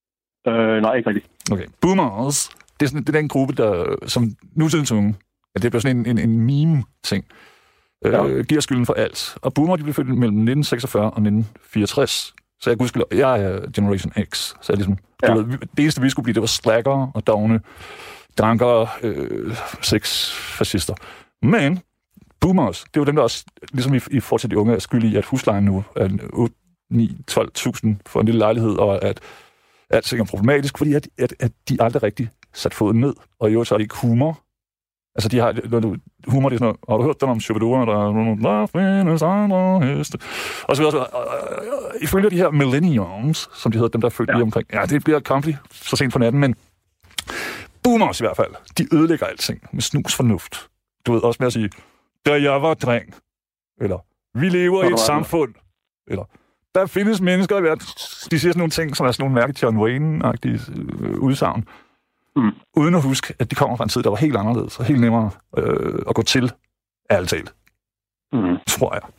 Øh, nej, ikke rigtigt. Okay, Boomers, det er sådan, det er den gruppe, der, som nutidens unge, ja, det bliver sådan en, en, en meme-ting, ja. øh, giver skylden for alt. Og Boomer, de blev født mellem nitten seksogfyrre og nitten fireogtres. Så jeg kunne huske, jeg er Generation X, så jeg ligesom, ja. det, var, det eneste, vi skulle blive, det var slackere og dogne, dankere, øh, sex-fascister. Men Boomers, det var dem, der også, ligesom i, i forhold til de unge, er skyldige i, at huslejen nu er otte, ni, tolv tusind for en lille lejlighed, og at alting er problematisk, fordi at, at, at de aldrig rigtig sat foden ned, og i øvrigt så er det ikke humor. Altså, de har, humor, det er sådan noget, har du hørt den om Chubidora, der er, findes andre heste, og så videre, og, ifølge de her millennials, som de hedder, dem der er født ja. lige omkring, ja, det bliver comfy så sent på natten, men boomers i hvert fald, de ødelægger alting med snus fornuft. Du ved, også med at sige, da jeg var dreng, eller vi lever i et samfund, eller der findes mennesker i verden, de siger sådan nogle ting, som er sådan nogle mærke John Wayne-agtige øh, udsagn, mm. uden at huske, at de kommer fra en tid, der var helt anderledes, og helt nemmere øh, at gå til, ærligt talt. Mm. Tror jeg.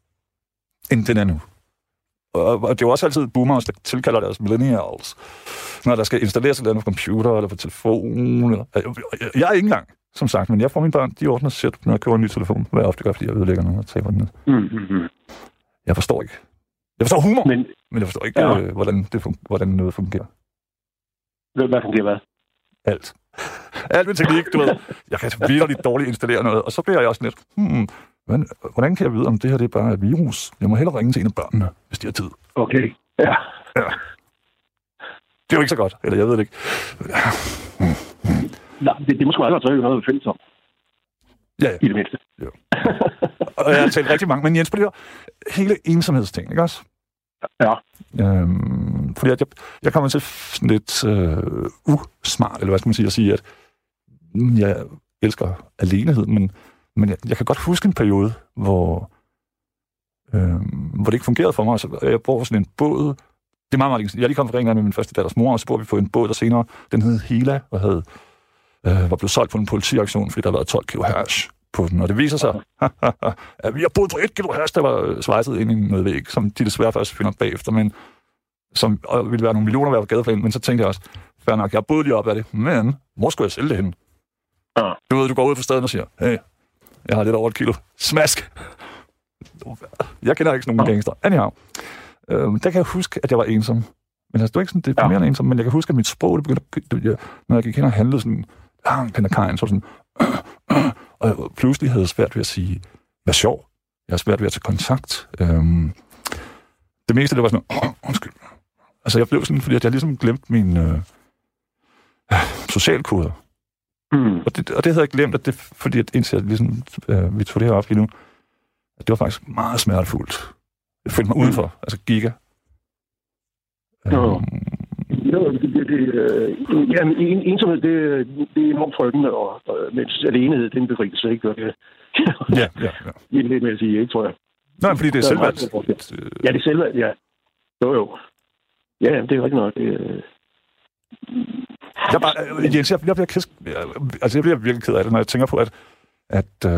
End den er nu. Og, og det er jo også altid boomers, der tilkalder deres millennials, når der skal installeres et eller andet på computer, eller på telefon. Eller, jeg, jeg, jeg er ikke engang, som sagt, men jeg får mine børn, de ordner sæt, når jeg køber en ny telefon, hvad jeg ofte gør, fordi jeg ødelægger noget og taber den ned. Mm-hmm. Jeg forstår ikke. Jeg forstår humor, men, men jeg forstår ikke, ja. øh, hvordan, det fun- hvordan noget fungerer. Hvad fungerer hvad? Alt. Alt med teknik, du ved. Jeg kan virkelig dårligt installere noget, og så bliver jeg også lidt, hmm, men, hvordan kan jeg vide, om det her det er bare et virus? Jeg må hellere ringe til en af børnene, hvis de har tid. Okay, ja. ja. Det er jo ikke så godt, eller jeg ved det ikke. Nej, det, det må sgu aldrig have noget fælles om. Ja, ja. I det mindste. Ja. Og jeg har talt rigtig mange, men Jens, på det her hele ensomhedsting, ikke også? Ja. Øhm, fordi at jeg, jeg kommer til sådan lidt øh, usmart, eller hvad skal man sige, at sige, at jeg elsker alenehed, men, men jeg, jeg kan godt huske en periode, hvor, øh, hvor det ikke fungerede for mig. Så jeg bor på sådan en båd. Det er meget, meget længe. Jeg er lige kommet fra England med min første datters mor, og så bor vi på en båd, der senere, den hed Hela, og havde, øh, var blevet solgt på en politiaktion, fordi der havde været tolv kilo hash på den. Og det viser sig, at vi har boet på et kilo hash, der var svejset ind i noget væg, som de desværre først finder bagefter, men som og ville være nogle millioner værd på gadeplan. Men så tænkte jeg også, fair nok, jeg har boet lige op af det, men hvor skulle jeg sælge det henne? Ja. Du ved, du går ud fra staden og siger, hey, jeg har lidt over et kilo. Smask! Jeg kender ikke sådan nogen ja. gangster. Anyhow. Øhm, der kan jeg huske, at jeg var ensom. Men altså, det var ikke sådan deprimerende ja. ensom, men jeg kan huske, at mit sprog, det begyndte at, det, jeg, når jeg gik hen og handlede sådan, langt hen ad kajen, så sådan, øh, øh, og jeg pludselig havde svært ved at sige, hvad sjov. Jeg har svært ved at tage kontakt. Øhm, det det meste, det var sådan, åh, undskyld. Altså, jeg blev sådan, fordi jeg ligesom glemt mine øh, socialkoder. Mm. Og, det, og det havde jeg glemt, at det, fordi at indtil jeg ligesom, øh, vi tog det her op lige nu, at det var faktisk meget smertefuldt. Jeg følte mig mm. udenfor, altså giga. Jo. Jo, det, det, det, øh, ja, en, ensomhed, det, det er enormt frygtende, og, og mens alenehed, det er en befrielse, ikke? Det, ja, ja, ja. Det vil jeg sige, ikke, tror jeg. Nej, fordi det er selvvalgt. Ja, det er selvvalgt, ja. Jo, jo. Ja, det er rigtig nok. Det, øh... Jeg, bare, Jens, jeg, jeg, bliver kæsk, altså jeg bliver virkelig ked af det, når jeg tænker på, at, at øh,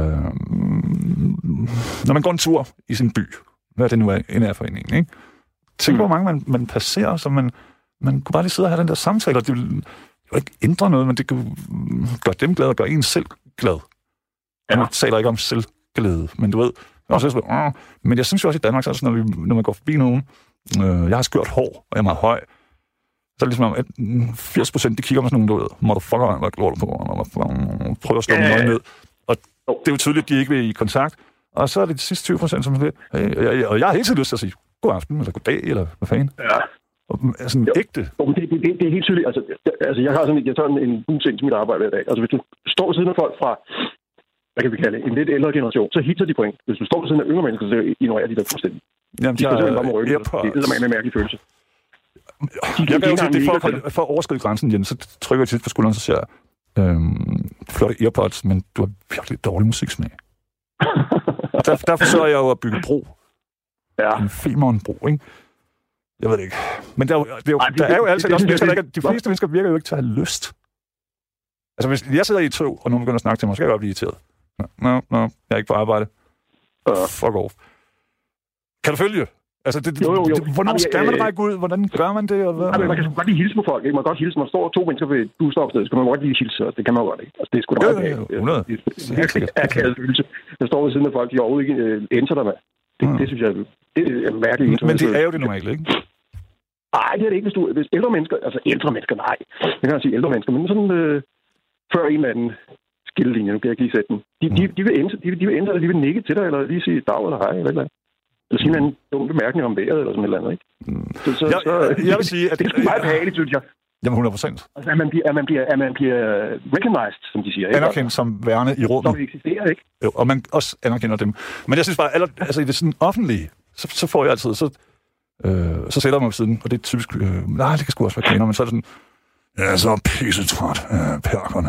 når man går en tur i sin by, hvad det nu er, en af foreningen, ikke? Tænk på, hvor mange man, man passerer, så man, man kunne bare lige sidde og have den der samtale, og det ville jo ikke ændre noget, men det kunne gøre dem glade og gøre en selv glad. Ja. Man taler ikke om selvglæde, men du ved, også sådan, øh, men jeg synes jo også i Danmark, så er det sådan, når, vi, når man går forbi nogen, øh, jeg har skørt hår, og jeg er meget høj, så er det ligesom, at firs procent de kigger mig sådan nogle, du ved, motherfucker, hvad glor du på, og prøver at slå dem nøje ned. Og det er jo tydeligt, at de ikke vil i kontakt. Og så er det de sidste tyve procent, som siger, hey, og jeg har hele tiden lyst til at sige, god aften, eller god dag, eller hvad fanden. Ja. Og sådan ægte. Jo, det, det, det, det er helt tydeligt. Altså, altså jeg har sådan, jeg tager en, en busing til mit arbejde hver dag. Altså, hvis du står ved siden af folk fra, hvad kan vi kalde det, en lidt ældre generation, så hilser de på en. Hvis du står ved siden af yngre mennesker, så ignorerer de der fuldstændig. Jamen, de står simpelthen bare med ryggen. Det er en mærkelig følelse. De, jeg kan jo sige, det for, for, for at overskride grænsen, Jens, så trykker jeg tit på skulderen, så siger jeg, øhm, flotte earpods, men du har virkelig dårlig musiksmag. der, der forsøger jeg jo at bygge bro. Ja. En Femern-bro, ikke? Jeg ved det ikke. Men der, det er jo, Ej, det, der er jo altid også mennesker, der ikke, de fleste mennesker virker jo ikke til at have lyst. Altså, hvis jeg sidder i et tog, og nogen begynder at snakke til mig, så skal jeg godt blive irriteret. Nå, nå, no, jeg er ikke på arbejde. Uh. Fuck off. Kan du følge? Altså, det, jo, jo, jo. Det, hvornår skal man række ud? Hvordan gør man det? Og hvad? Jamen, man kan godt lige hilse på folk. Ikke? Man kan godt hilse. Man står to mennesker ved et busstoppested, så kan man godt lige hilse. Det kan man jo godt, ikke? Altså, det er sgu da meget jo, jo, hundrede. Det er virkelig akavet følelse. Der står ved siden af folk, de overhovedet ikke øh, ændrer dig med. Det, mm. det synes jeg det er mærkeligt. Men det er jo det normalt, ikke? Nej, det er det ikke, hvis du... Hvis ældre mennesker... Altså, ældre mennesker, nej. Jeg kan sige ældre mennesker, men sådan... Øh, før en eller anden skillelinje, nu kan jeg ikke lige sætte den. De, mm. de, de, vil ændre, de, de vil ændre, eller de vil nikke til dig, eller lige sige dag eller hej, eller eller andet. Eller sige en anden dum bemærkning om vejret, eller sådan et eller andet, ikke? Mm. Så, så, jeg, så, jeg vil sige, at... Det er sgu meget behageligt, synes jeg. Jamen, hundrede procent. Altså, at man bliver, at man bliver, at man bliver recognized, som de siger. Ikke? Anerkendt som værende i rummet. Som eksisterer, ikke? Jo, og man også anerkender dem. Men jeg synes bare, aller, altså i det sådan offentlige, så, så får jeg altid, så, øh, så sætter jeg mig på siden, og det er typisk, øh, nej, det kan sgu også være kvinder, men så er det sådan, jeg er så pissetræt af perkerne.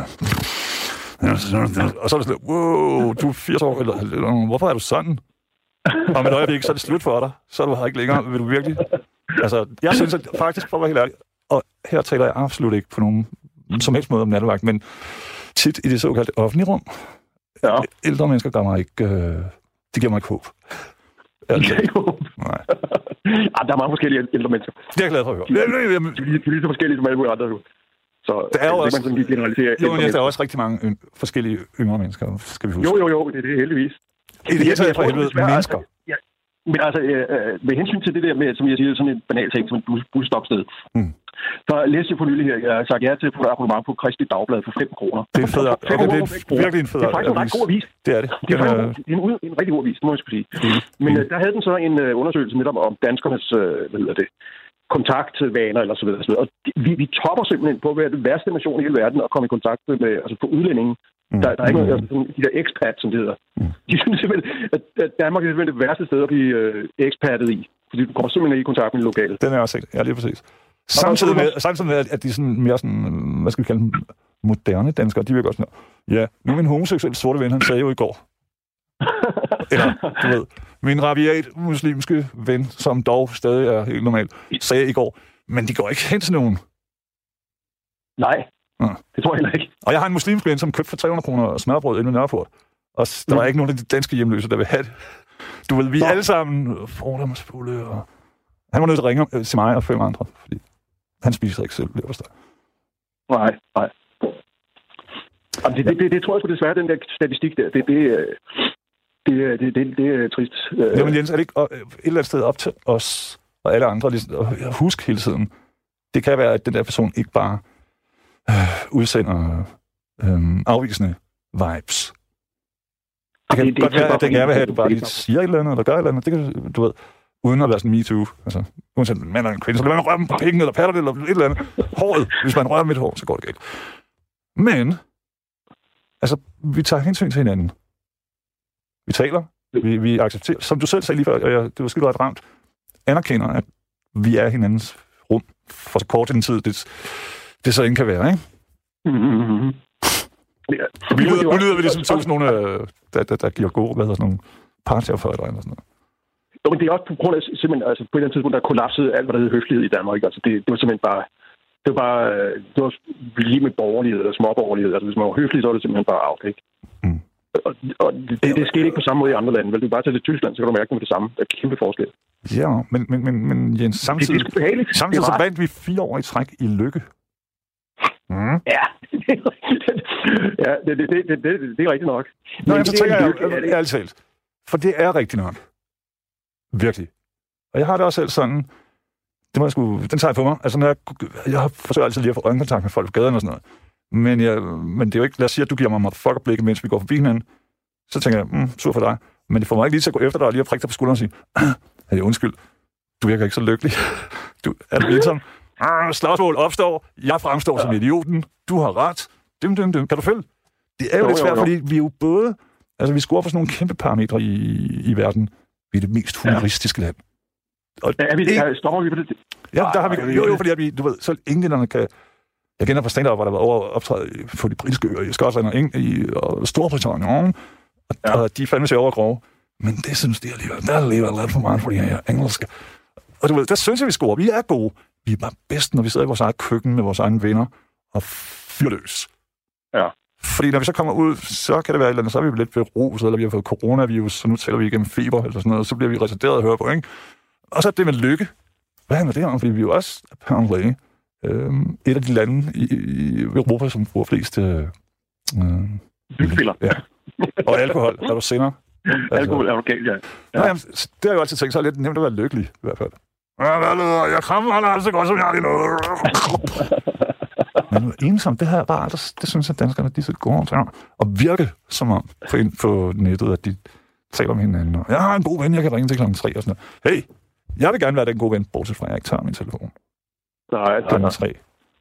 Og så er det sådan, wow, du er firs år, eller, eller hvorfor er du sådan? Og med et øjeblik, så er det slut for dig. Så er du her ikke længere. Vil du virkelig? Altså, jeg synes at faktisk, for at være helt ærlig, og her taler jeg absolut ikke på nogen som helst måde om nattevagt, men tit i det såkaldte offentlige rum. Ja. Ældre mennesker gør mig ikke, øh, de giver mig ikke håb. Altså, nej. Ah, der er mange forskellige ældre mennesker. Det er jeg glad for at høre. De er lige så forskellige som alle mulige andre. Så der er jo også, man sådan generalisere. Jo, men der er også rigtig mange yng, forskellige yngre mennesker, skal vi huske. Jo, jo, jo, det er det heldigvis. I det hele taget for helvede mennesker. Ja, men altså, øh, med hensyn til det der med, som jeg siger, sådan en banal ting, som et bus, busstopsted. Mm. Så læste jeg for nylig her, jeg har sagt ja til at få abonnement på Kristi Dagblad for fem kroner. Det er fedt. Okay, det er virkelig en fed. Det er faktisk en ret god avis. Det er det. Det er faktisk en, en, en, en rigtig god avis, det må jeg skulle sige. Mm. Men øh, der havde den så en øh, undersøgelse netop om danskernes, øh, hvad hedder det, kontaktvaner eller så videre. Så videre. Og vi, vi topper simpelthen på at være den værste nation i hele verden at komme i kontakt med, altså på udlændingen. Mm. Der, der er ikke noget, altså, sådan, de der expats, som det hedder. Mm. De synes simpelthen, at, at Danmark er simpelthen det værste sted at blive øh, expattet i. Fordi du kommer simpelthen ikke i kontakt med det lokale. Den er også set. Ja, lige præcis. Samtidig med, samtidig med, at de sådan mere sådan, hvad skal vi kalde dem, moderne danskere, de vil godt sådan, ja, nu er min homoseksuelle sorte ven, han sagde jo i går. Eller, du ved, min rabiat muslimske ven, som dog stadig er helt normal, sagde i går, men de går ikke hen til nogen. Nej. Ja. Det tror jeg heller ikke. Og jeg har en muslimsk ven, som købte for tre hundrede kroner smørbrød inde i Nørreport. Og der var mm. ikke nogen af de danske hjemløse, der vil have det. Du ved, vi er alle sammen fordomsfulde, og han var nødt til at ringe til mig og fem andre, fordi han spiser ikke selv leverpostej. Nej, nej. Jamen, det, det, det, det tror jeg sgu desværre, den der statistik der, det, det, det, det, det, det er trist. Jamen Jens, er det ikke et eller andet sted op til os og alle andre at huske hele tiden? Det kan være, at den der person ikke bare øh, udsender øh, afvisende vibes. Det kan det, det, godt det, være, at det gerne vil have, at du bare lige siger et eller andet, eller gør et eller andet. Det kan du ved, uden at være sådan MeToo. Altså, uanset en mand eller en kvinde, så lader man røre dem på pikken, eller patter det, eller et eller andet. Håret. Hvis man rører mit hår, så går det galt. Men, altså, vi tager hensyn til hinanden. Vi taler, vi, vi accepterer, som du selv sagde lige før, og jeg, det var skidt ret ramt, anerkender, at vi er hinandens rum for så kort en tid, det, det så ikke kan være, ikke? Mm-hmm. Ja. Vi lyder, nu lyder vi ligesom to sådan nogle, der, der, der giver gode, hvad hedder sådan nogle parterapeuterne eller sådan noget. Jo, men det er også på grund af, simpelthen, altså på et eller andet tidspunkt, der kollapsede alt, hvad der hed høflighed i Danmark, ikke? Altså det, det var simpelthen bare, det var bare, det var lige med borgerlighed, eller småborgerlighed. Altså hvis man var høflig, så var det simpelthen bare out, ikke? Mm. Og, og det, det, det skete ikke på samme måde i andre lande. Vel, du bare tage til Tyskland, så kan du mærke med det samme. Der er kæmpe forskel. Ja, men, men, men, men Jens, samtidig, det, det er samtidig så vandt vi fire år i træk i lykke. Mm. Ja, ja det, det, det, det, det, det er rigtigt nok. Nå, jamen, så tænker jeg, ærligt talt, for det er rigtigt nok. Virkelig. Og jeg har det også selv sådan, det må jeg sgu, den tager jeg på mig. Altså, når jeg, jeg forsøger altid lige at få øjenkontakt med folk på gaden og sådan noget. Men, jeg, men det er jo ikke, lad os sige, at du giver mig motherfucker-blik, mens vi går forbi hinanden. Så tænker jeg, mm, sur for dig. Men det får mig ikke lige til at gå efter dig og lige at prikke dig på skulderen og sige, er det undskyld, du virker ikke så lykkelig. Du, er du ensom? Slagsmål opstår, jeg fremstår ja. som idioten, du har ret. Dim, dim, dim. Kan du følge? Det er jo, jo lidt svært, jo, jo. Fordi vi er jo både, altså vi scorer på sådan nogle kæmpe parametre i, i verden. Vi er det mest humoristiske ja. land. Og ja, er vi, det, er, stopper vi på det? Ja, der har vi, jo, jo, fordi at vi, du ved, selv englænderne kan, jeg kender fra stand-up, hvor der var over optræde på de britiske øer i Skotland og, Eng, i, og Storbritannien, og, ja. og de er fandme sig over grove. Men det synes de alligevel, der er alligevel lidt for meget for de her engelske. Og du ved, der synes jeg, vi scorer. Vi er gode. Vi er bare bedst, når vi sidder i vores eget køkken med vores egne venner og fyrløs. Ja. Fordi når vi så kommer ud, så kan det være et eller andet, så er vi lidt beruset, eller vi har fået coronavirus, så nu tæller vi igennem feber, eller sådan noget, og så bliver vi retarderet at høre på, ikke? Og så er det med lykke. Hvad handler det om? Fordi vi er jo også, apparently, øh, et af de lande i, i Europa, som bruger flest øh, byggepiller. Ja. Og alkohol. Er du sender? Altså, alkohol er du galt, ja. ja. Nå, jamen, det har jeg jo altid tænkt, så er det lidt nemt at være lykkelig, i hvert fald. Jeg krammer han altså godt, som jeg lige noget. Men ensomt, det her bare, det, det synes jeg, danskerne, de er så gode til at virke som om på, på nettet, at de taler om hinanden. Og, jeg har en god ven, jeg kan ringe til klokken tre og sådan noget. Hey, jeg vil gerne være den gode ven, bortset fra, at jeg ikke tager min telefon. Nej, det er tre.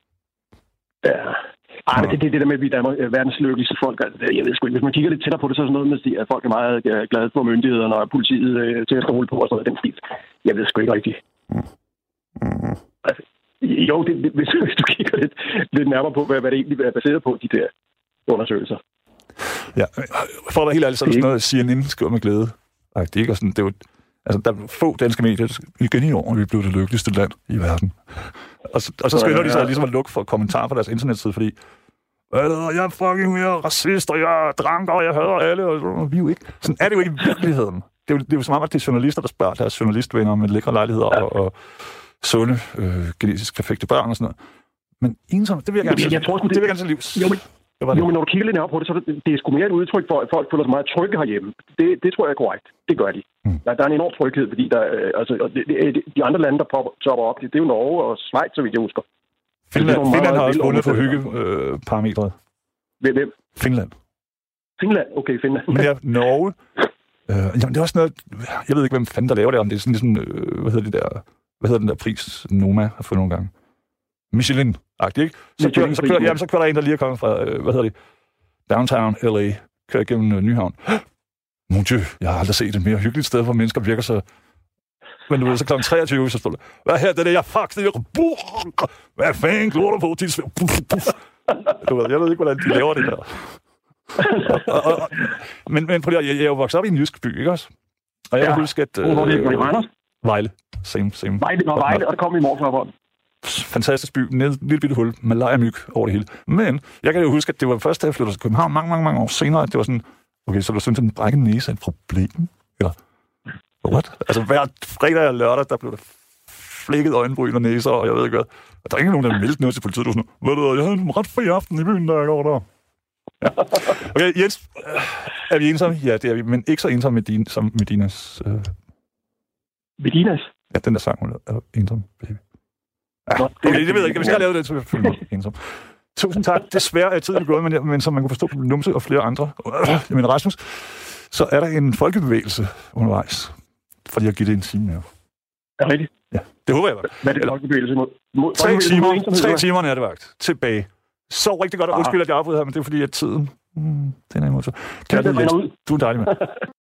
Ja. Ej, men det er det der med, at vi er Danmark, verdens lykkeligste folk. Jeg ved sgu ikke, hvis man kigger lidt tættere på det, så er sådan noget med, at folk er meget glade for myndighederne og politiet øh, til at stole på og sådan noget. Den stil. Jeg ved sgu ikke rigtigt. Mm. Mm. Altså, jo, det, det, hvis, hvis du kigger lidt, lidt nærmere på, hvad, hvad det egentlig er baseret på, de der undersøgelser. Ja, for at være helt ærlig, så er det sådan noget, C N N skriver med glæde. Ej, det er ikke sådan, det er jo, altså, der er få danske medier, igen i år, vi er blevet det lykkeligste land i verden. Og så, og så skynder de sig ligesom at lukke for kommentarer på deres internetside, fordi jeg er fucking mere racist, og jeg er drank, og jeg hader alle, og vi er jo ikke. Sådan er det jo ikke i virkeligheden. Det er jo, det er jo som om, at det er journalister, der spørger deres journalistvenner med lækre lejligheder ja. og, og sunde, øh, genetisk perfekte børn og sådan noget. Men ensomt, det vil jeg gerne, jeg, jeg tror, det, det vil jeg gerne til livs. Jo, men, jo, men når du kigger lidt nærmere på det, så er det, det er sgu mere et udtryk for, at folk føler sig meget trygge herhjemme. Det, det tror jeg er korrekt. Det gør de. Mm. Der, der er en enorm tryghed, fordi der, øh, altså, det, det, de andre lande, der popper, topper op, det, det er jo Norge og Schweiz, så vidt jeg husker. Finland, Finland har også bundet for hyggeparametret. Øh, Hvem? Finland. Finland? Okay, Finland. Men ja, Norge. øh, jamen, det er også noget... Jeg ved ikke, hvem fanden der laver det, om det er sådan ligesom... Øh, hvad hedder det der... Hvad hedder den der pris, Noma har fået nogle gange? Michelin-agtigt, ikke? Så kører, så, kører, jamen, så kører der en, der lige er kommet fra... Øh, hvad hedder det? Downtown L A. Kører igennem øh, Nyhavn. Mon Dieu, jeg har aldrig set et mere hyggeligt sted, hvor mennesker virker så... Men du ved, så klokken treogtyve, så står der, hvad her, det er det, jeg fuck, det er... Hvad fanden glor du på, tidsvær? Du ved, jeg ved ikke, hvordan de laver det der. og, og, og, men, men prøv lige, jeg, jeg er jo vokset op i en jysk by, ikke også? Og jeg ja. kan huske, at... Øh, Hvor er det, Randers? Vejle. Same, same. Vejle, og Vejle, og det kom i morgen. Fantastisk by, en lille bitte hul, malaria-myg over det hele. Men jeg kan jo huske, at det var først, da jeg flyttede til København, mange, mange, mange år senere, at det var sådan, okay, så du synes, at den brække næse er et problem? Eller, what? Altså, hver fredag og lørdag, der blev der flækket øjenbryn og næser, og jeg ved ikke hvad. Og der er ikke nogen, der meldte noget til politiet. Du sådan, ved du, jeg havde en ret fri aften i byen, der jeg går der. Ja. Okay, Jens, er vi ensomme? Ja, det er vi, men ikke så ensomme med din, som Medinas... Øh... Medinas? Ja, den der sang, hun er ensom, baby. Ja, okay, det ved jeg ikke. Vi skal lave det, så jeg føler mig ensom. Tusind tak. Desværre er tiden gået, men, men som man kunne forstå på Numse og flere andre, øh, men Rasmus, så er der en folkebevægelse undervejs, fordi jeg giver det en time mere. Er det rigtigt? Ja, det håber jeg godt. Hvad er det folkebevægelse mod? mod Tre timer, tre timer nattevagt tilbage. Så rigtig godt, og undskyld, at jeg afbryder her, men det er fordi, at tiden... Mm, den er imod så. Kan du, du er en dejlig mand.